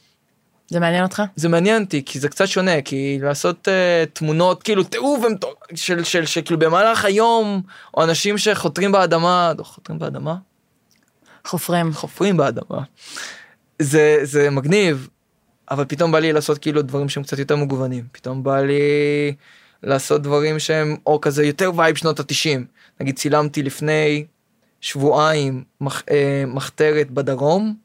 זה מעניין אותך? זה מעניין אותי, כי זה קצת שונה, כי לעשות uh, תמונות, כאילו תיעוב הם, של, של, של, כאילו במהלך היום, או אנשים שחותרים באדמה, לא חותרים באדמה? חופרים. חופרים באדמה. זה, זה מגניב, אבל פתאום בא לי לעשות כאילו דברים שהם קצת יותר מגוונים, פתאום בא לי לעשות דברים שהם, או כזה יותר וייב שנות התשעים, נגיד צילמתי לפני שבועיים מח, אה, מחתרת בדרום,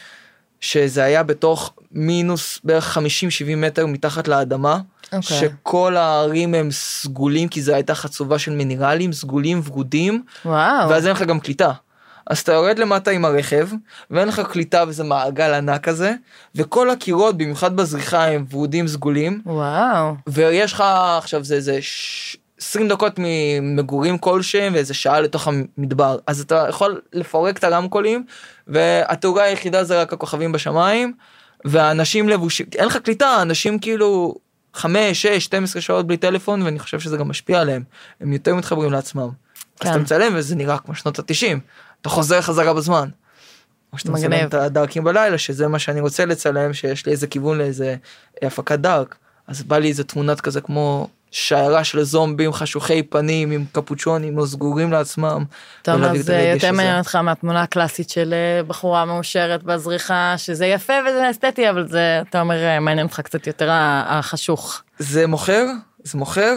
שזה היה בתוך מינוס בערך חמישים שבעים מטר מתחת לאדמה, okay. שכל הערים הם סגולים, כי זה הייתה חצובה של מינרלים, סגולים ורודים, wow. ואז אין לך גם קליטה. אז אתה יורד למטה עם הרכב, ואין לך קליטה וזה מעגל ענק כזה, וכל הקירות, במיוחד בזריחה, הם ורודים סגולים, וואו. ויש לך, עכשיו זה איזה עשרים דקות ממגורים כלשהם, ואיזה שעה לתוך המדבר, אז אתה יכול לפורק את הרמקולים, והתאורה היחידה זה רק הכוכבים בשמיים, והאנשים לבושים, אין לך קליטה, אנשים כאילו חמש, שש, שתים עשרה שעות בלי טלפון, ואני חושב שזה גם משפיע עליהם, הם יותר מתחברים לעצמם. אז אתה מצלם וזה נראה כמו שנות התשעים, אתה חוזר חזרה בזמן. או שאתה מצלם את הדארקים בלילה, שזה מה שאני רוצה לצלם, שיש לי איזה כיוון לאיזה הפקת דארק, אז בא לי איזה תמונת כזה כמו שיירה של זומבים חשוכי פנים עם קפוצ'ונים או סגורים לעצמם. טוב, אז יותר מעניין אותך מהתמונה הקלאסית של בחורה מאושרת בזריחה, שזה יפה וזה אסתטי, אבל זה, אתה אומר, מעניין אותך קצת יותר החשוך. זה מוכר, זה מוכר,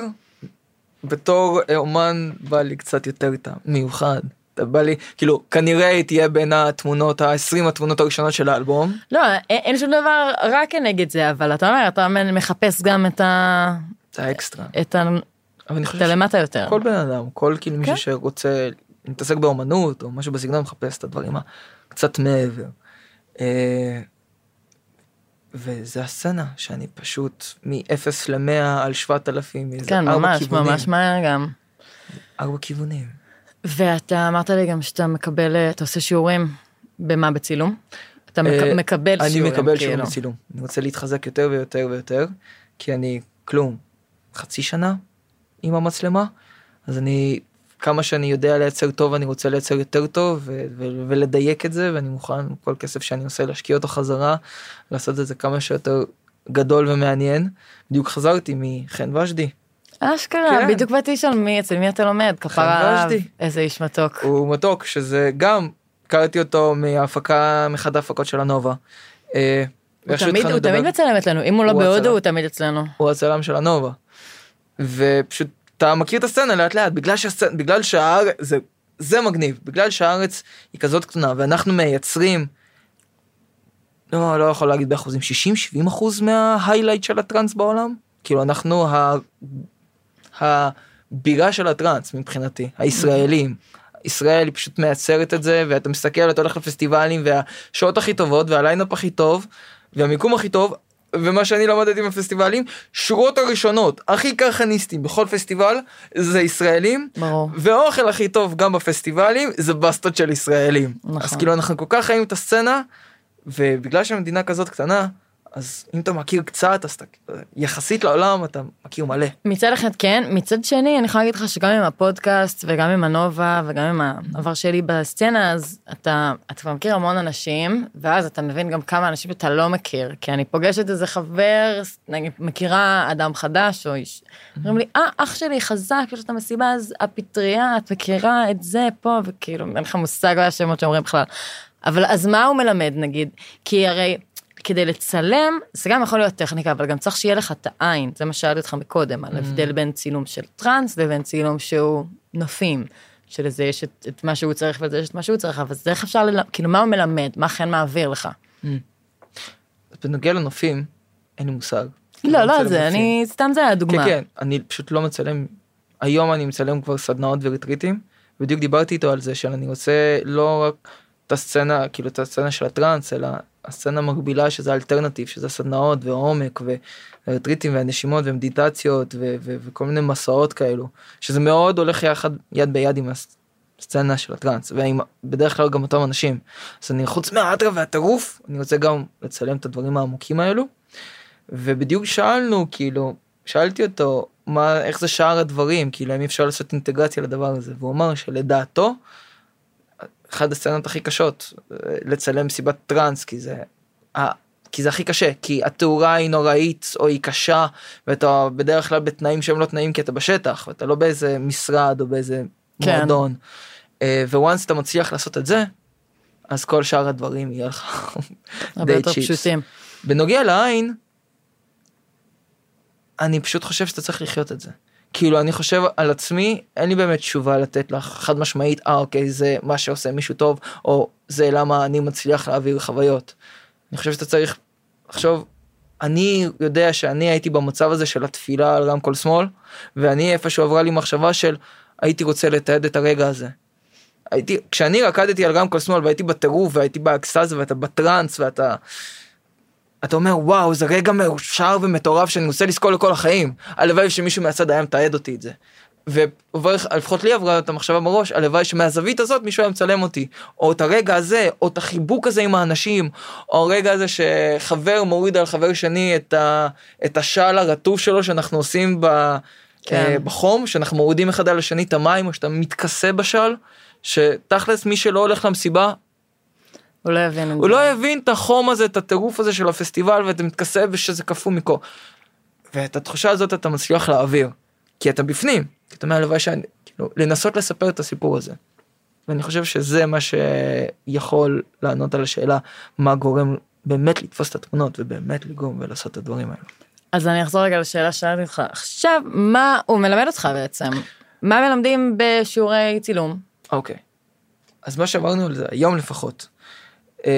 בתור אומן בא לי קצת יותר מיוחד. בא לי, כאילו, כנראה היא תהיה בין התמונות, ה-עשרים התמונות הראשונות של האלבום. לא, אין שום דבר רק כנגד זה, אבל אתה אומר, אתה מחפש גם את ה... את האקסטרה. את הלמטה יותר. כל בן אדם, כל כאילו מישהו שרוצה להתעסק באומנות, או משהו בסגנון, מחפש את הדברים קצת מעבר. וזה הסצנה שאני פשוט מ-אפס למאה על שבעת אלפים, כן, ממש, ממש מהר גם. ארבע כיוונים. ואתה אמרת לי גם שאתה מקבל, אתה עושה שיעורים במה בצילום? אתה מקבל שיעורים. אני מקבל שיעורים בצילום. אני רוצה להתחזק יותר ויותר ויותר, כי אני כלום, חצי שנה עם המצלמה, אז אני, כמה שאני יודע לייצר טוב, אני רוצה לייצר יותר טוב, ו- ו- ולדייק את זה, ואני מוכן, כל כסף שאני עושה, להשקיע אותו חזרה, לעשות את זה כמה שיותר גדול ומעניין. בדיוק חזרתי מחן ושדי. אשכרה, כן. בדיוק באתי לשאול, מי, אצל מי אתה לומד? כפרה עליו, איזה איש מתוק. הוא מתוק, שזה גם, קראתי אותו מההפקה, מאחד ההפקות של הנובה. הוא תמיד, הוא תמיד מצלם אצלנו, אם הוא לא בהודו, הוא תמיד אצלנו. הוא הצלם של הנובה. ופשוט, אתה מכיר את הסצנה לאט לאט, בגלל שהסצנה, בגלל שהארץ, זה, זה מגניב, בגלל שהארץ היא כזאת קטנה, ואנחנו מייצרים, לא, לא יכול להגיד באחוזים, שישים שבעים אחוז מההיילייט של הטרנס בעולם, כאילו אנחנו ה... הבירה של הטרנס מבחינתי, הישראלים. ישראל היא פשוט מייצרת את זה, ואתה מסתכל, אתה הולך לפסטיבלים, והשעות הכי טובות, והליינאפ הכי טוב, והמיקום הכי טוב, ומה שאני למדתי בפסטיבלים, שורות הראשונות, הכי קרחניסטים בכל פסטיבל, זה ישראלים, ברור. והאוכל הכי טוב גם בפסטיבלים, זה בסטות של ישראלים. נכון. אז כאילו אנחנו כל כך חיים את הסצנה, ובגלל שהמדינה כזאת קטנה, אז אם אתה מכיר קצת, אז אתה, יחסית לעולם אתה מכיר מלא. מצד אחד כן, מצד שני אני יכולה להגיד לך שגם עם הפודקאסט וגם עם הנובה וגם עם העבר שלי בסצנה, אז אתה, אתה מכיר המון אנשים, ואז אתה מבין גם כמה אנשים אתה לא מכיר, כי אני פוגשת איזה חבר, נגיד, מכירה אדם חדש או איש, אומרים לי, אה, אח שלי חזק, יש את המסיבה, אז הפטריה, את מכירה את זה פה, וכאילו, אין לך מושג על השמות שאומרים בכלל. אבל אז מה הוא מלמד נגיד? כי הרי כדי לצלם, זה גם יכול להיות טכניקה, אבל גם צריך שיהיה לך את העין, זה מה שאלתי אותך מקודם, על הבדל בין צילום של טרנס, לבין צילום שהוא נופים, שלזה יש את, את מה שהוא צריך, ולזה יש את מה שהוא צריך, אבל זה איך אפשר, ללמד, כאילו מה הוא מלמד, מה כן מעביר לך? בנוגע לנופים, אין לי מושג. לא, לא, זה, אני, סתם זה הדוגמה. כן, כן, אני פשוט לא מצלם, היום אני מצלם כבר סדנאות וריטריטים, בדיוק דיברתי איתו על זה, שאני רוצה לא רק את הסצנה, כאילו את הסצנה של הטרנס, אלא הסצנה מקבילה שזה אלטרנטיב, שזה סדנאות ועומק וריטריטים והנשימות ומדיטציות ו- ו- וכל מיני מסעות כאלו, שזה מאוד הולך יחד, יד ביד עם הסצנה של הטרנס, ובדרך כלל גם אותם אנשים. אז אני חוץ מהאטרה והטירוף, אני רוצה גם לצלם את הדברים העמוקים האלו, ובדיוק שאלנו, כאילו, שאלתי אותו, מה, איך זה שאר הדברים, כאילו, אם אפשר לעשות אינטגרציה לדבר הזה, והוא אמר שלדעתו, אחד הסצנות הכי קשות, לצלם מסיבת טרנס, כי זה, כי זה הכי קשה, כי התאורה היא נוראית, או היא קשה, ואתה בדרך כלל בתנאים שהם לא תנאים, כי אתה בשטח, ואתה לא באיזה משרד, או באיזה כן. מועדון, וואנס אתה מצליח לעשות את זה, אז כל שאר הדברים יהיה לך הרבה יותר פשוטים. בנוגע לעין, אני פשוט חושב שאתה צריך לחיות את זה. כאילו, אני חושב על עצמי, אין לי באמת תשובה לתת לך חד משמעית, אה, אוקיי, זה מה שעושה מישהו טוב, או זה למה אני מצליח להעביר חוויות. אני חושב שאתה צריך לחשוב, אני יודע שאני הייתי במצב הזה של התפילה על רמקול שמאל, ואני איפשהו עברה לי מחשבה של, הייתי רוצה לתעד את הרגע הזה. הייתי, כשאני רקדתי על רמקול שמאל, והייתי בטירוף, והייתי באקסטזה, ואתה בטרנס, ואתה... אתה אומר, וואו, זה רגע מאושר ומטורף שאני רוצה לזכור לכל החיים. הלוואי שמישהו מהצד היה מתעד אותי את זה. ולפחות לי עברה את המחשבה בראש, הלוואי שמהזווית הזאת מישהו היה מצלם אותי. או את הרגע הזה, או את החיבוק הזה עם האנשים, או הרגע הזה שחבר מוריד על חבר שני את, ה, את השל הרטוב שלו שאנחנו עושים ב, כן. בחום, שאנחנו מורידים אחד על השני את המים, או שאתה מתכסה בשל, שתכלס מי שלא הולך למסיבה, הוא לא יבין הוא לא יבין את החום הזה, את הטירוף הזה של הפסטיבל, ואתה מתכסה ושזה קפוא מכל. ואת התחושה הזאת אתה מצליח להעביר, כי אתה בפנים, כי אתה מהלוואי שאני, כאילו, לנסות לספר את הסיפור הזה. ואני חושב שזה מה שיכול לענות על השאלה, מה גורם באמת לתפוס את התמונות, ובאמת לגרום ולעשות את הדברים האלה. אז אני אחזור רגע לשאלה שאלתי אותך, עכשיו, מה הוא מלמד אותך בעצם? מה מלמדים בשיעורי צילום? אוקיי. אז מה שעברנו על זה, היום לפחות, Uh,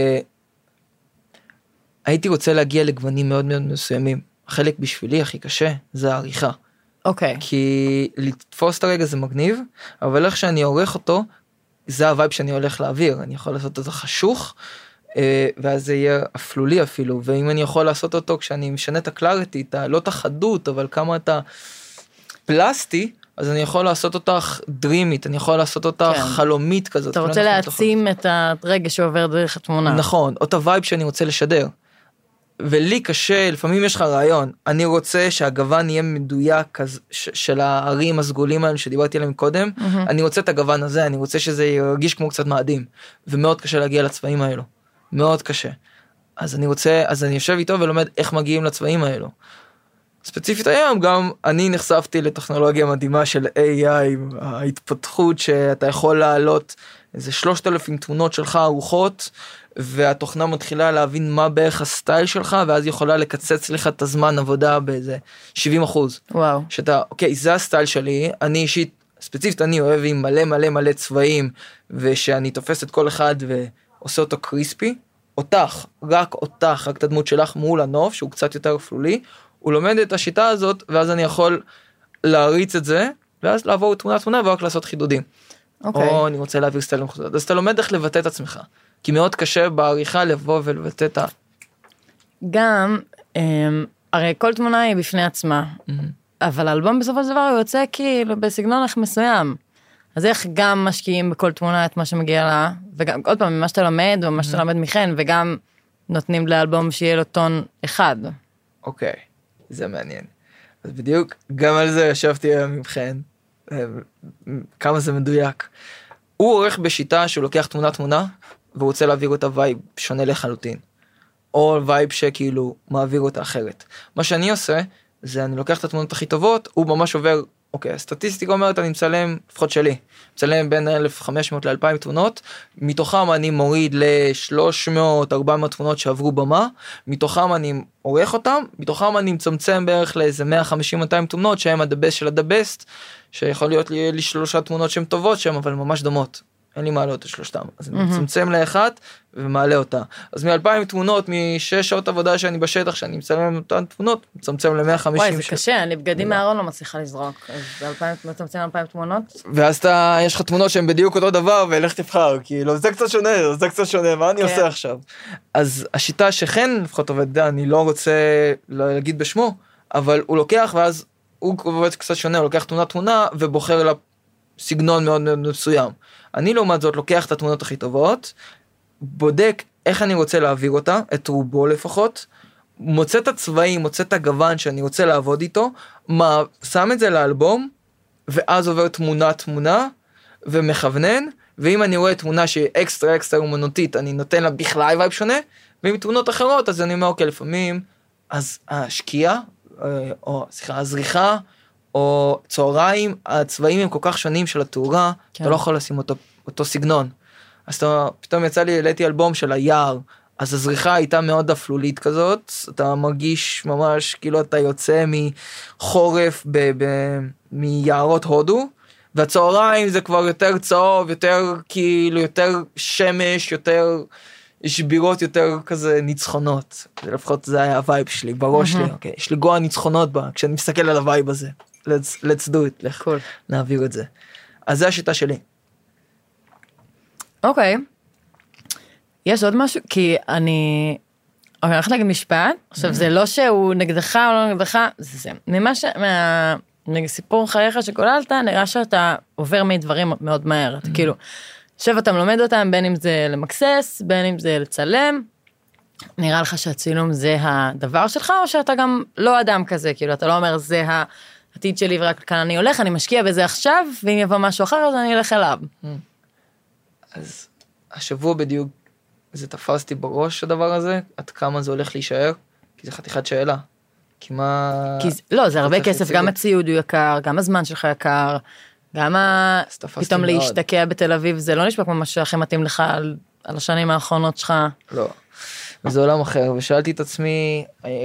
הייתי רוצה להגיע לגוונים מאוד מאוד מסוימים. החלק בשבילי הכי קשה זה העריכה. אוקיי. Okay. כי לתפוס את הרגע זה מגניב, אבל איך שאני עורך אותו, זה הווייב שאני הולך להעביר. אני יכול לעשות אותו חשוך, uh, ואז זה יהיה אפלולי אפילו, ואם אני יכול לעשות אותו כשאני משנה את הקלריטי, את ה, לא את החדות, אבל כמה את הפלסטי, אז אני יכול לעשות אותך דרימית, אני יכול לעשות אותך כן. חלומית כזאת. אתה רוצה להעצים את הרגע שעובר דרך התמונה. נכון, או את הווייב שאני רוצה לשדר. ולי קשה, לפעמים יש לך רעיון, אני רוצה שהגוון יהיה מדויק של הערים הסגולים האלה שדיברתי עליהם קודם, mm-hmm. אני רוצה את הגוון הזה, אני רוצה שזה ירגיש כמו קצת מאדים, ומאוד קשה להגיע לצבעים האלו. מאוד קשה. אז אני רוצה, אז אני יושב איתו ולומד איך מגיעים לצבעים האלו. ספציפית היום גם אני נחשפתי לטכנולוגיה מדהימה של איי איי, ההתפתחות שאתה יכול להעלות איזה שלושת אלפים תמונות שלך ארוחות, והתוכנה מתחילה להבין מה בערך הסטייל שלך, ואז יכולה לקצץ לך את הזמן עבודה באיזה שבעים אחוז. וואו. שאתה, אוקיי, זה הסטייל שלי, אני אישית, ספציפית אני אוהב עם מלא מלא מלא צבעים, ושאני תופס את כל אחד ועושה אותו קריספי, אותך, רק אותך, רק את הדמות שלך מול הנוף, שהוא קצת יותר אפלולי, הוא לומד את השיטה הזאת, ואז אני יכול להריץ את זה, ואז לעבור תמונה תמונה, ורק לעשות חידודים. אוקיי. או אני רוצה להעביר סטיילים חוזרים. אז אתה לומד איך לבטא את עצמך. כי מאוד קשה בעריכה לבוא ולבטא את ה... גם, הרי כל תמונה היא בפני עצמה, אבל האלבום בסופו של דבר הוא יוצא כאילו בסגנון איך מסוים. אז איך גם משקיעים בכל תמונה את מה שמגיע לה, וגם עוד פעם, ממה שאתה לומד, ומה שאתה לומד מכן, וגם נותנים לאלבום שיהיה לו טון אחד. אוקיי, זה מעניין. אז בדיוק, גם על זה ישבתי מבחן, כמה זה מדויק. הוא עורך בשיטה שהוא לוקח תמונה תמונה, והוא רוצה להעביר אותה וייב שונה לחלוטין. או וייב שכאילו מעביר אותה אחרת. מה שאני עושה, זה אני לוקח את התמונות הכי טובות, הוא ממש עובר, אוקיי, הסטטיסטיקה אומרת, אני מצלם, לפחות שלי, מצלם בין אלף וחמש מאות ל-אלפיים תמונות, מתוכם אני מוריד ל-שלוש מאות ארבע מאות תמונות שעברו במה, מתוכם אני עורך אותם, מתוכם אני מצמצם בערך לאיזה מאה וחמישים עד מאתיים תמונות, שהם הדבסט של הדבסט, שיכול להיות לי, לי שלושה תמונות שהן טובות שהן אבל ממש דומות. אין לי מעלה אותה שלושתם, אז אני מצמצם לאחת ומעלה אותה. אז מ-אלפיים תמונות, משש שעות עבודה שאני בשטח, שאני מצלם אותן תמונות, מצמצם ל-מאה וחמישים. וואי, זה קשה, אני בגדים מהארון לא מצליחה לזרוק, אז מצמצם אלפיים תמונות. ואז אתה, יש לך תמונות שהן בדיוק אותו דבר, ולך תבחר, כאילו, זה קצת שונה, זה קצת שונה, מה אני עושה עכשיו? אז השיטה שכן, לפחות עובד, אני לא רוצה להגיד בשמו, אבל הוא לוקח, ואז הוא עובד קצת שונה, הוא לוקח תמונה תמונה, ובוחר לה סגנון מאוד מאוד מסוים. אני לעומת זאת לוקח את התמונות הכי טובות, בודק איך אני רוצה להעביר אותה, את רובו לפחות, מוצא את הצבעים, מוצא את הגוון שאני רוצה לעבוד איתו, מה, שם את זה לאלבום, ואז עובר תמונה תמונה, ומכוונן, ואם אני רואה תמונה שהיא אקסטרה אקסטרה אומנותית, אני נותן לה בכלל וייב שונה, ואם תמונות אחרות, אז אני אומר, אוקיי, לפעמים, אז השקיעה, או סליחה, הזריחה, או צהריים, הצבעים הם כל כך שונים של התאורה, כן. אתה לא יכול לשים אותו, אותו סגנון. אז אתה, פתאום יצא לי, העליתי אלבום של היער, אז הזריחה הייתה מאוד אפלולית כזאת, אתה מרגיש ממש כאילו אתה יוצא מחורף ב, ב, מיערות הודו, והצהריים זה כבר יותר צהוב, יותר כאילו, יותר שמש, יותר שבירות, יותר כזה ניצחונות. לפחות זה היה הווייב שלי, בראש שלי, אוקיי, יש לי גוע ניצחונות בה, כשאני מסתכל על הווייב הזה. let's, let's do it, לך, cool. נעביר את זה. אז זה השיטה שלי. אוקיי. יש עוד משהו, כי אני, אוקיי, אני הולכת להגיד משפט, עכשיו זה לא שהוא נגדך או לא נגדך, זה זה. ממה ש... מה... סיפור חייך שכוללת, נראה שאתה עובר מדברים מאוד מהר, אתה כאילו, עכשיו אתה מלומד אותם, בין אם זה למקסס, בין אם זה לצלם, נראה לך שהצילום זה הדבר שלך, או שאתה גם לא אדם כזה, כאילו, אתה לא אומר, זה העתיד שלי, ורק כאן אני הולך, אני משקיע בזה עכשיו, ואם יבוא משהו אחר, אז אני אלך אליו. אז השבוע בדיוק, זה תפסתי בראש הדבר הזה, עד כמה זה הולך להישאר, כי זה חתיכת שאלה. כי מה... כי, לא, זה הרבה כסף, לציוד. גם הציוד הוא יקר, גם הזמן שלך יקר, גם ה... פתאום מאוד. להשתקע בתל אביב, זה לא נשמע כמו מה שהכי מתאים לך על, על השנים האחרונות שלך. לא, וזה עולם אחר, ושאלתי את עצמי,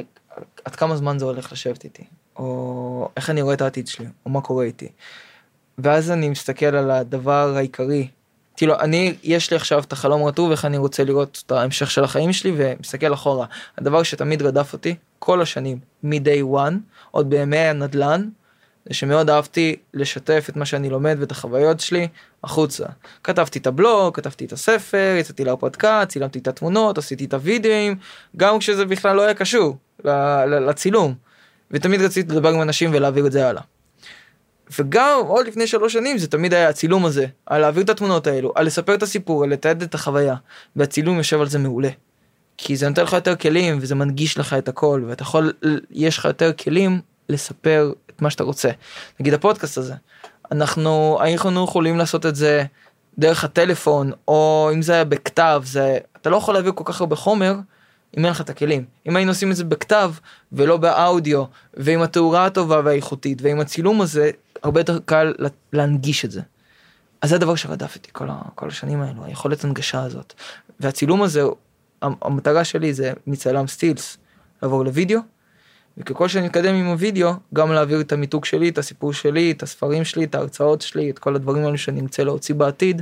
עד כמה זמן זה הולך לשבת איתי, או איך אני רואה את העתיד שלי, או מה קורה איתי. ואז אני מסתכל על הדבר העיקרי, כאילו, אני, יש לי עכשיו את החלום רטוב, איך אני רוצה לראות את ההמשך של החיים שלי, ומסתכל אחורה. הדבר שתמיד רדף אותי, כל השנים, מ-day one, עוד בימי הנדל"ן, זה שמאוד אהבתי לשתף את מה שאני לומד ואת החוויות שלי החוצה. כתבתי את הבלוג, כתבתי את הספר, יצאתי להרפתקה, צילמתי את התמונות, עשיתי את הוידאוים, גם כשזה בכלל לא היה קשור לצילום. ותמיד רציתי לדבר עם אנשים ולהעביר את זה הלאה. וגם עוד לפני שלוש שנים זה תמיד היה הצילום הזה, על להעביר את התמונות האלו, על לספר את הסיפור, על לתעד את החוויה, והצילום יושב על זה מעולה. כי זה נותן לך יותר כלים, וזה מנגיש לך את הכל, ואתה יכול, יש לך יותר כלים לספר את מה שאתה רוצה. נגיד הפודקאסט הזה, אנחנו, אנחנו יכולים לעשות את זה דרך הטלפון, או אם זה היה בכתב, זה, אתה לא יכול להעביר כל כך הרבה חומר, אם אין לך את הכלים. אם היינו עושים את זה בכתב, ולא באודיו, ועם התאורה הטובה והאיכותית, ועם הצילום הזה, הרבה יותר קל להנגיש את זה. אז זה הדבר שרדף איתי כל, כל השנים האלו, היכולת הנגשה הזאת. והצילום הזה, המטרה שלי זה מצלם סטילס, לעבור לוידאו, וככל שאני מתקדם עם הוידאו, גם להעביר את המיתוג שלי, את הסיפור שלי, את הספרים שלי, את ההרצאות שלי, את כל הדברים האלו שאני אמצא להוציא בעתיד,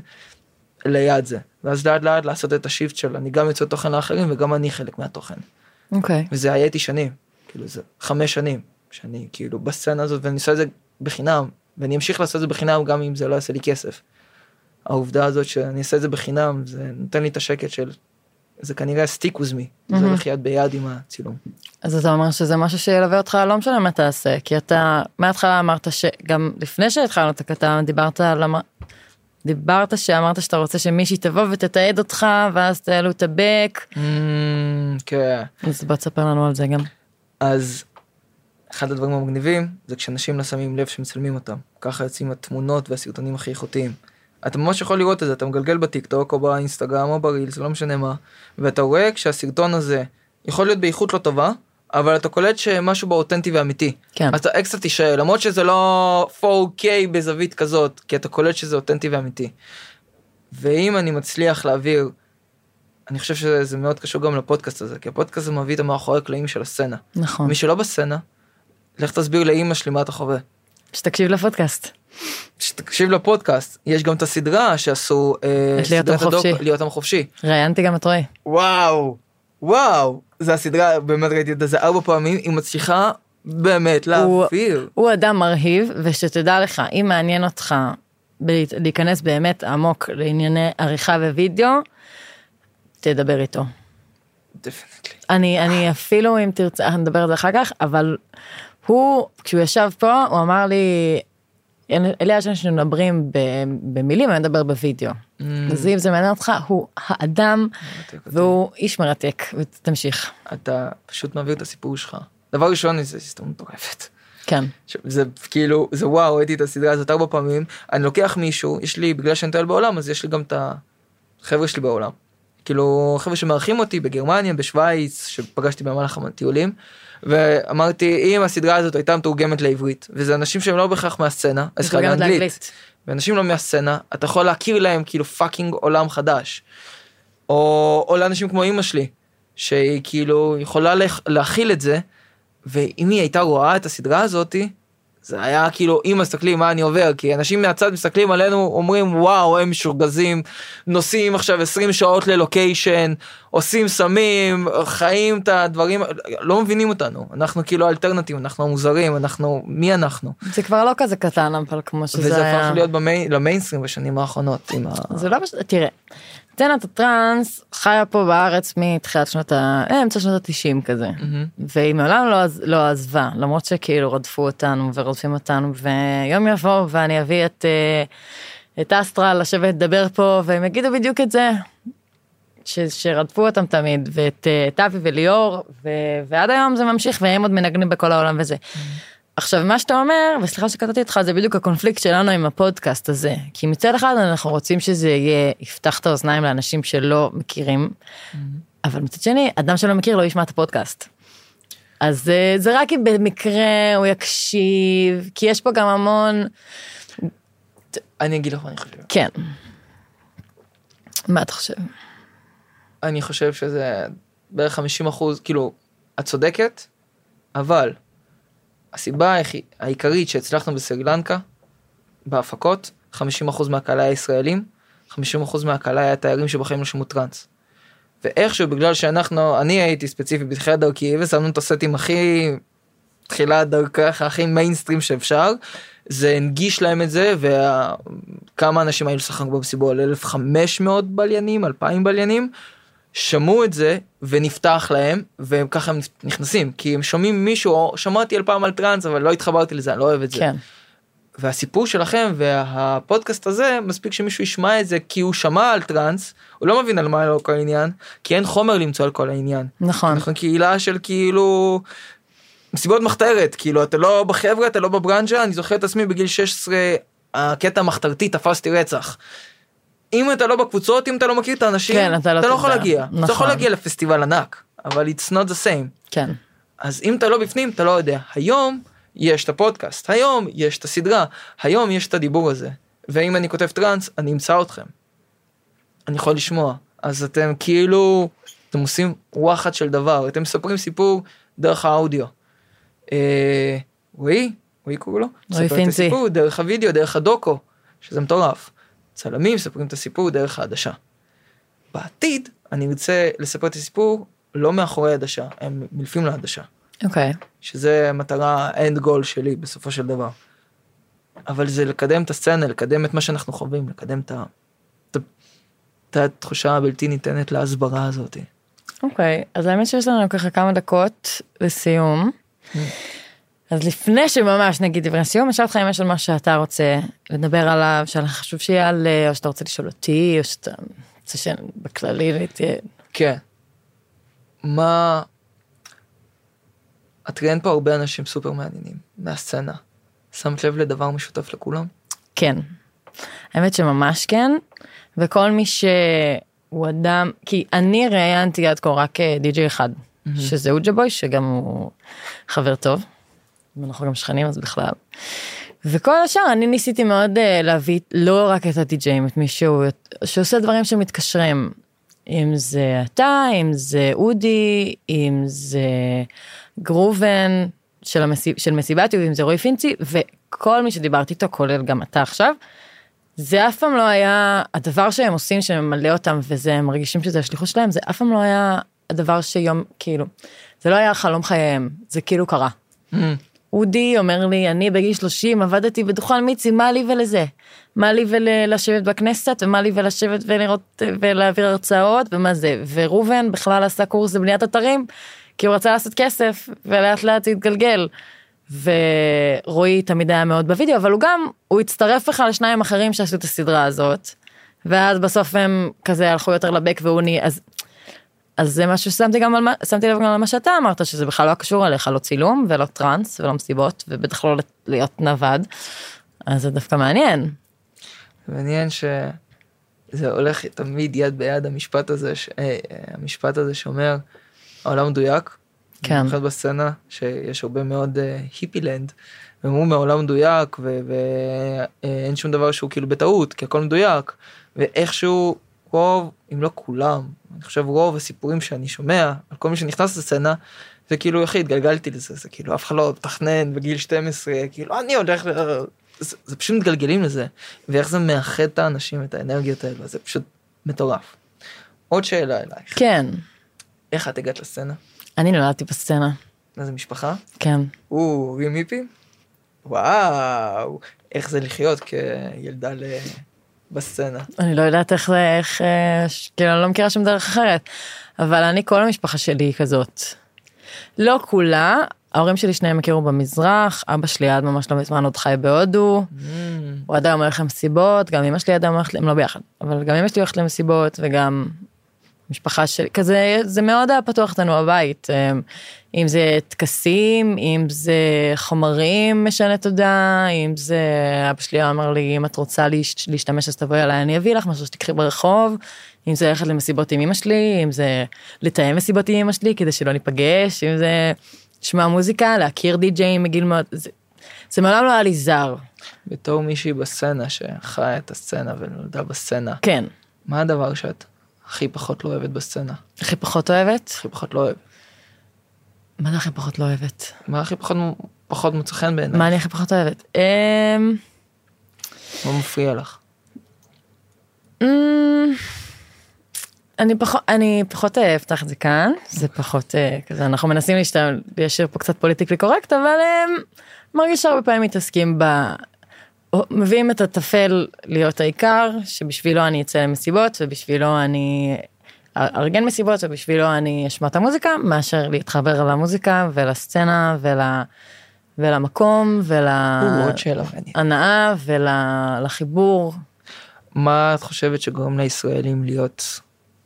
ליד זה. ואז לאט לאט לעשות את השיפט של, אני גם יוצא תוכן לאחרים, וגם אני חלק מהתוכן. אוקיי. וזה היה איתי שנים, כאילו זה חמש שנים, שאני כאילו בסצנה הזאת, ואני עושה את זה בחינם, ואני אמשיך לעשות את זה בחינם, גם אם זה לא יעשה לי כסף. העובדה הזאת שאני אעשה את זה בחינם, זה נותן לי את השקט של, זה כנראה stick with me, זה הולך יד ביד עם הצילום. אז אתה אומר שזה משהו שילווה אותך, לא משנה מה תעשה, כי אתה, מההתחלה אמרת שגם לפני שהתחלנו את הכתב, דיברת על, דיברת שאמרת שאתה רוצה שמישהי תבוא ותתעד אותך, ואז תעלו את הבק. כן. אז בוא תספר לנו על זה גם. אז אחד הדברים המגניבים, זה כשאנשים לא שמים לב שמצלמים אותם. ככה יוצאים התמונות והסרטונים הכי איכותיים. אתה ממש יכול לראות את זה, אתה מגלגל בטיקטוק או באינסטגרם או ברילס, לא משנה מה, ואתה רואה כשהסרטון הזה יכול להיות באיכות לא טובה, אבל אתה קולט שמשהו באותנטי ואמיתי. כן. אז אתה אקסטרה תישאל, למרות שזה לא פור קיי בזווית כזאת, כי אתה קולט שזה אותנטי ואמיתי. ואם אני מצליח להעביר, אני חושב שזה מאוד קשור גם לפודקאסט הזה, כי הפודקאסט הזה מביא את המאחורי הקלעים של הסצנה. נכון. מי שלא בסצנה, לך תסביר לאמא שלי מה אתה חווה. שתקשיב לפודקאסט. שתקשיב לפודקאסט, יש גם את הסדרה שעשו, את להיות עם חופשי. להיות עם חופשי. ראיינתי גם את רועי. וואו, וואו, זה הסדרה, באמת ראיתי את זה ארבע פעמים, היא מצליחה באמת להעביר. הוא אדם מרהיב, ושתדע לך, אם מעניין אותך להיכנס באמת עמוק לענייני עריכה ווידאו, תדבר איתו. דפנטלי. אני, אני אפילו, אם תרצה, אני נדבר על זה אחר כך, אבל הוא, כשהוא ישב פה, הוא אמר לי, אלה אנשים שמדברים במילים, אני מדבר בווידאו. אז אם זה מעניין אותך, הוא האדם, והוא איש מרתק, ותמשיך. אתה פשוט מעביר את הסיפור שלך. דבר ראשון, זה הסתום מטורפת. כן. זה כאילו, זה וואו, ראיתי את הסדרה הזאת ארבע פעמים, אני לוקח מישהו, יש לי, בגלל שאני טועל בעולם, אז יש לי גם את החבר'ה שלי בעולם. כאילו, חבר'ה שמארחים אותי בגרמניה, בשוויץ, שפגשתי במהלך הטיולים, ואמרתי, אם הסדרה הזאת הייתה מתורגמת לעברית, וזה אנשים שהם לא בהכרח מהסצנה, אז לאנגלית, ואנשים לא מהסצנה, אתה יכול להכיר להם כאילו פאקינג עולם חדש. או, או לאנשים כמו אמא שלי, שהיא כאילו יכולה להכיל את זה, ואם היא הייתה רואה את הסדרה הזאת, זה היה כאילו, אם מסתכלים מה אני עובר, כי אנשים מהצד מסתכלים עלינו, אומרים וואו, הם משוגזים, נוסעים עכשיו עשרים שעות ללוקיישן, עושים סמים, חיים את הדברים, לא מבינים אותנו, אנחנו כאילו אלטרנטיב, אנחנו מוזרים, אנחנו, מי אנחנו? זה כבר לא כזה קטן, אבל כמו שזה וזה היה... הפך להיות במי... למיינסטרים בשנים האחרונות. ה... זה לא פשוט, תראה, סצנת הטרנס חיה פה בארץ מתחילת שנות ה... אמצע שנות ה-תשעים כזה, mm-hmm. והיא מעולם לא, לא עזבה, למרות שכאילו רדפו אותנו ורודפים אותנו, ויום יבוא ואני אביא את, את אסטרה לשבת לדבר פה, והם יגידו בדיוק את זה, ש, שרדפו אותם תמיד, ואת את אבי וליאור, ו, ועד היום זה ממשיך, והם עוד מנגנים בכל העולם וזה. Mm-hmm. עכשיו, מה שאתה אומר, וסליחה שקטעתי אותך, זה בדיוק הקונפליקט שלנו עם הפודקאסט הזה. כי מצד אחד אנחנו רוצים שזה יהיה, יפתח את האוזניים לאנשים שלא מכירים, mm-hmm. אבל מצד שני, אדם שלא מכיר לא ישמע את הפודקאסט. אז זה רק אם במקרה הוא יקשיב, כי יש פה גם המון... אני אגיד לך מה אני חושב. כן. מה אתה חושב? אני חושב שזה בערך חמישים אחוז, כאילו, את צודקת, אבל... הסיבה העיקרית שהצלחנו בסרילנקה, בהפקות, חמישים אחוז מהקהל היה ישראלים, חמישים אחוז מהקהל היה תיירים שבחיים לא שמעו טרנס. ואיכשהו בגלל שאנחנו, אני הייתי ספציפי בתחילת דרכי, ושמנו את הסטים הכי, תחילת דרכך, הכי מיינסטרים שאפשר, זה הנגיש להם את זה, וכמה אנשים היו לשחק במסיבו על אלף וחמש מאות בליינים, אלפיים בליינים, שמעו את זה ונפתח להם, וככה הם נכנסים, כי הם שומעים מישהו, שמעתי על פעם על טרנס, אבל לא התחברתי לזה, אני לא אוהב את זה. כן. והסיפור שלכם והפודקאסט הזה, מספיק שמישהו ישמע את זה, כי הוא שמע על טרנס, הוא לא מבין על מה לא כל העניין, כי אין חומר למצוא על כל העניין. נכון. אנחנו קהילה של כאילו, מסיבות מחתרת, כאילו, אתה לא בחבר'ה, אתה לא בברנג'ה, אני זוכר את עצמי בגיל שש עשרה, הקטע המחתרתי, תפסתי רצח. אם אתה לא בקבוצות, אם אתה לא מכיר את האנשים, כן, אתה לא, אתה לא יכול להגיע. נכון. אתה יכול להגיע לפסטיבל ענק, אבל it's not the same. כן. אז אם אתה לא בפנים, אתה לא יודע. היום יש את הפודקאסט, היום יש את הסדרה, היום יש את הדיבור הזה. ואם אני כותב טרנס, אני אמצא אתכם. אני יכול לשמוע. אז אתם כאילו, אתם עושים וואחד של דבר, אתם מספרים סיפור דרך האודיו. אה, רועי, רועי קורא לו? רועי פינצי. סיפור דרך הוידאו, דרך הדוקו, שזה מטורף. צלמים מספרים את הסיפור דרך העדשה. בעתיד, אני רוצה לספר את הסיפור לא מאחורי העדשה, הם מלפים לעדשה. אוקיי. Okay. שזה מטרה, end goal שלי בסופו של דבר. אבל זה לקדם את הסצנה, לקדם את מה שאנחנו חווים, לקדם את, את, את התחושה הבלתי ניתנת להסברה הזאת. אוקיי, okay. אז האמת שיש לנו ככה כמה דקות לסיום. אז לפני שממש נגיד דברי סיום, אשאל אותך אם יש על מה שאתה רוצה לדבר עליו, שחשוב שיעלה, או שאתה רוצה לשאול אותי, או שאתה רוצה שבכללי להתייעד. כן. מה... את ראיין פה הרבה אנשים סופר מעניינים, מהסצנה. שמת לב לדבר משותף לכולם? כן. האמת שממש כן, וכל מי שהוא אדם, כי אני ראיינתי עד כה רק די-ג'יי אחד, mm-hmm. שזה אוג'ה-בוי, שגם הוא חבר טוב. אנחנו גם שכנים אז בכלל. וכל השאר אני ניסיתי מאוד uh, להביא לא רק את הדי-ג'יים, את מישהו שעושה דברים שמתקשרים, אם זה אתה, אם זה אודי, אם זה גרובן של, המסיב, של מסיבתי, אם זה רועי פינצי, כל מי שדיברתי איתו, כולל גם אתה עכשיו, זה אף פעם לא היה, הדבר שהם עושים, שממלא אותם, וזה, הם מרגישים שזה השליחות שלהם, זה אף פעם לא היה הדבר שיום, כאילו, זה לא היה חלום חייהם, זה כאילו קרה. אודי אומר לי, אני בגיל שלושים עבדתי בדוכן מיצי, מה לי ולזה? מה לי ולשבת בכנסת, ומה לי ולשבת ולראות ולהעביר הרצאות, ומה זה? ורובן בכלל עשה קורס לבניית אתרים, כי הוא רצה לעשות כסף, ולאט לאט זה התגלגל. ורועי תמיד היה מאוד בווידאו, אבל הוא גם, הוא הצטרף בכלל לשניים אחרים שעשו את הסדרה הזאת, ואז בסוף הם כזה הלכו יותר לבק ואוני, אז... אז זה משהו ששמתי גם על מה, שמתי לב גם על מה שאתה אמרת, שזה בכלל לא קשור עליך, לא צילום ולא טרנס ולא מסיבות, ובטח לא להיות נווד, אז זה דווקא מעניין. מעניין שזה הולך תמיד יד ביד, המשפט הזה, ש... המשפט הזה שאומר, העולם מדויק, כן. במיוחד בסצנה, שיש הרבה מאוד היפילנד, ואמרו מהעולם מדויק, ואין שום דבר שהוא כאילו בטעות, כי הכל מדויק, ואיכשהו רוב, אם לא כולם, אני חושב רוב הסיפורים שאני שומע, על כל מי שנכנס לסצנה, זה כאילו איך התגלגלתי לזה, זה כאילו אף אחד לא תכנן בגיל שתים עשרה, כאילו אני הולך, זה, זה פשוט מתגלגלים לזה, ואיך זה מאחד את האנשים, את האנרגיות האלה, זה פשוט מטורף. עוד שאלה אלייך. כן. איך את הגעת לסצנה? אני נולדתי בסצנה. איזה משפחה? כן. או, רימיפי? וואו, איך זה לחיות כילדה ל... בסצנה. אני לא יודעת איך, איך, כאילו, אני לא מכירה שום דרך אחרת, אבל אני, כל המשפחה שלי היא כזאת. לא כולה, ההורים שלי שניהם הכירו במזרח, אבא שלי עד ממש לא מזמן עוד חי בהודו, mm. הוא עדיין הולך למסיבות, גם אמא שלי עדיין הולכת, הם לא ביחד, אבל גם אמא שלי הולכת למסיבות, וגם משפחה שלי, כזה, זה מאוד היה פתוח לנו הבית, אם זה תקסים, אם זה חומרים משנה תודה, אם זה, אבא שלי אמר לי, אם את רוצה להשתמש אז תבואי עליי, אני אביא לך משהו שתקחי ברחוב, אם זה ללכת למסיבות עם אמא שלי, אם זה לתאם מסיבות עם אמא שלי, כדי שלא ניפגש, אם זה לשמוע מוזיקה, להכיר די-ג'אים מגיל מאוד, זה, זה מעולם לא היה לי זר. בתור מישהי בסצנה, שחיה את הסצנה ונולדה בסצנה. כן. מה הדבר שאת הכי פחות לא אוהבת בסצנה? הכי פחות אוהבת? הכי פחות לא אוהבת. מה זה הכי פחות לא אוהבת? מה הכי פחות, פחות מוצא חן בעיניי? מה אני הכי פחות אוהבת? מה מפריע לך? אני פחות, אני פחות אפתח את זה כאן, זה פחות כזה, אנחנו מנסים להשתמש, להשאיר פה קצת פוליטיקלי קורקט, אבל מרגיש הרבה פעמים מתעסקים ב... מביאים את הטפל להיות העיקר, שבשבילו אני אצא למסיבות, ובשבילו אני ארגן מסיבות, ובשבילו אני אשמע את המוזיקה, מאשר להתחבר למוזיקה ולסצנה ול... ולמקום ולהנאה ולחיבור. מה את חושבת שגורם לישראלים להיות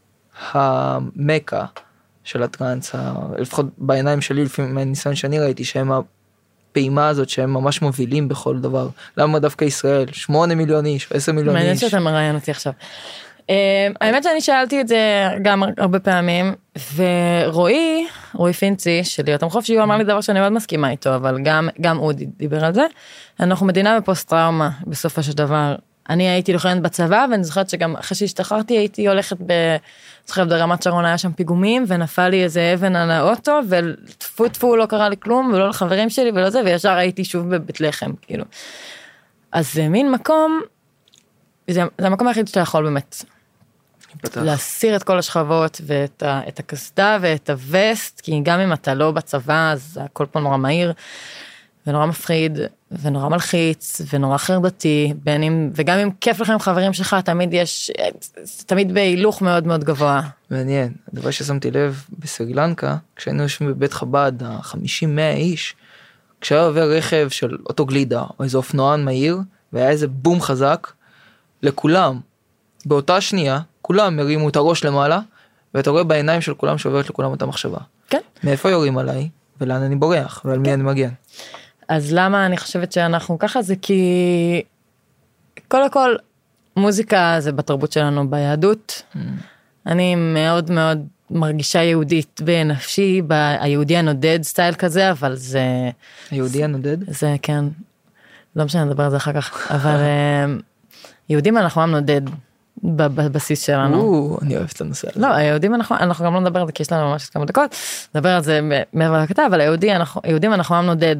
המקה של הטרנס, לפחות בעיניים שלי, לפעמים מהניסיון שאני ראיתי, שהם הפעימה הזאת שהם ממש מובילים בכל דבר. למה דווקא ישראל? שמונה מיליון איש, עשר מיליון איש. מעניין שאתה מראיין אותי עכשיו. האמת שאני שאלתי את זה גם הרבה פעמים, ורועי, רועי פינצי, של להיות המחופשי, הוא אמר לי דבר שאני מאוד מסכימה איתו, אבל גם, גם הוא דיבר על זה. אנחנו מדינה בפוסט טראומה, בסופו של דבר. אני הייתי לוחמת בצבא, ואני זוכרת שגם אחרי שהשתחררתי, הייתי הולכת ב... זוכרת ברמת שרון היה שם פיגומים, ונפל לי איזה אבן על האוטו, וטפו טפו לא קרה לי כלום, ולא לחברים שלי ולא זה, וישר הייתי שוב בבית לחם, כאילו. אז זה מין מקום, זה, זה המקום היחיד שאתה יכול באמת, להסיר את כל השכבות, ואת ה, את הקסדה ואת הווסט, כי גם אם אתה לא בצבא, אז הכל פה נורא מהיר, ונורא מפחיד, ונורא מלחיץ, ונורא חרדתי, בין אם, וגם אם כיף לכם חברים שלך, תמיד יש, תמיד בהילוך מאוד מאוד גבוה. מעניין, הדבר ששמתי לב בסרילנקה, כשהיינו יושבים בבית חב"ד, ה-חמישים מאה איש, כשהיה עובר רכב של אוטו גלידה, או איזה אופנוען מהיר, והיה איזה בום חזק, לכולם, באותה שנייה, כולם מרימו את הראש למעלה, ואתה רואה בעיניים של כולם שעוברת לכולם אותה מחשבה. כן. מאיפה יורים עליי, ולאן אני בורח, ועל מי אני מגן. אז למה אני חושבת שאנחנו ככה? זה כי, קודם כל, מוזיקה זה בתרבות שלנו ביהדות. Mm. אני מאוד מאוד מרגישה יהודית בנפשי, היהודי הנודד סטייל כזה, אבל זה... היהודי הנודד? זה, כן. לא משנה, נדבר על זה אחר כך. אבל יהודים אנחנו עם נודד בבסיס שלנו. או, אני אוהבת את הנושא הזה. לא, היהודים אנחנו, אנחנו גם לא נדבר על זה, כי יש לנו ממש כמה דקות, נדבר על זה מעבר לקטע, אבל היהודים אנחנו עם נודד.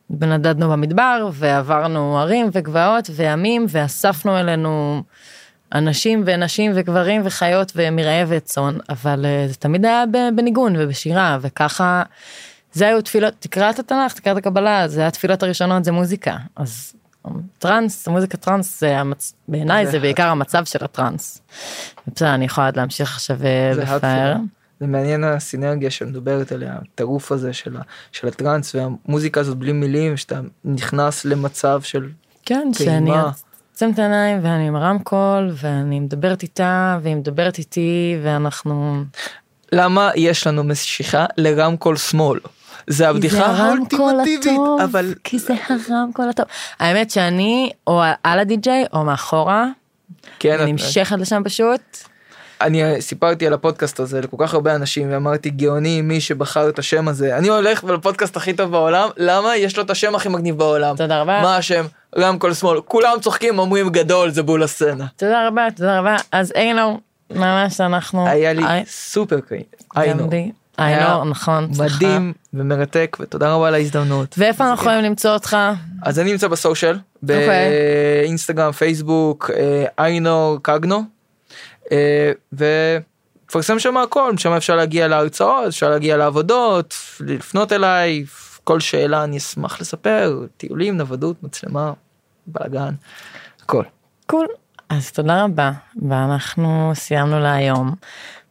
ונדדנו במדבר, ועברנו ערים וגבעות וימים, ואספנו אלינו אנשים ונשים וגברים וחיות ומרעה וצאן, אבל זה תמיד היה בניגון ובשירה, וככה, זה היו תפילות, תקרא את התנ"ך, תקרא את הקבלה, זה התפילות הראשונות, זה מוזיקה, אז טרנס, מוזיקה טרנס, זה המצ... בעיניי זה בעיקר המצב של הטרנס. ובסדר, אני יכולה עוד להמשיך עכשיו לפאר. זה מעניין הסינרגיה שמדברת עליה, הטירוף הזה של, ה, של הטרנס, והמוזיקה הזאת בלי מילים, שאתה נכנס למצב של כן, שאני עצם את העיניים, ואני עם רמקול, ואני מדברת איתה, והיא מדברת איתי, ואנחנו... למה יש לנו משיכה לרמקול שמאל? זה הבדיחה האולטימטיבית, אבל... כי זה הרמקול הטוב. האמת שאני, או על הדי-ג'יי, או מאחורה, כן, אני נמשכת לשם פשוט... אני סיפרתי על הפודקאסט הזה לכל כך הרבה אנשים, ואמרתי, גאוני, מי שבחר את השם הזה, אני הולך לפודקאסט הכי טוב בעולם, למה? יש לו את השם הכי מגניב בעולם. תודה רבה. מה השם? רמקול שמאל. כולם צוחקים, אומרים גדול, זה בול הסצנה. תודה רבה, תודה רבה. אז איינור, ממש אנחנו... היה לי סופר קריין. איינור. איינור, נכון. מדהים ומרתק, ותודה רבה על ההזדמנות. ואיפה אנחנו יכולים למצוא אותך? אז אני נמצא בסושיאל, באינסטגרם, פייסבוק, איינור, קגנו. ופרסם שם הכל, שם אפשר להגיע להרצאות, אפשר להגיע לעבודות, לפנות אליי, כל שאלה אני אשמח לספר, טיולים, נוודות, מצלמה, בלגן, הכל. קול, אז תודה רבה, ואנחנו סיימנו להיום,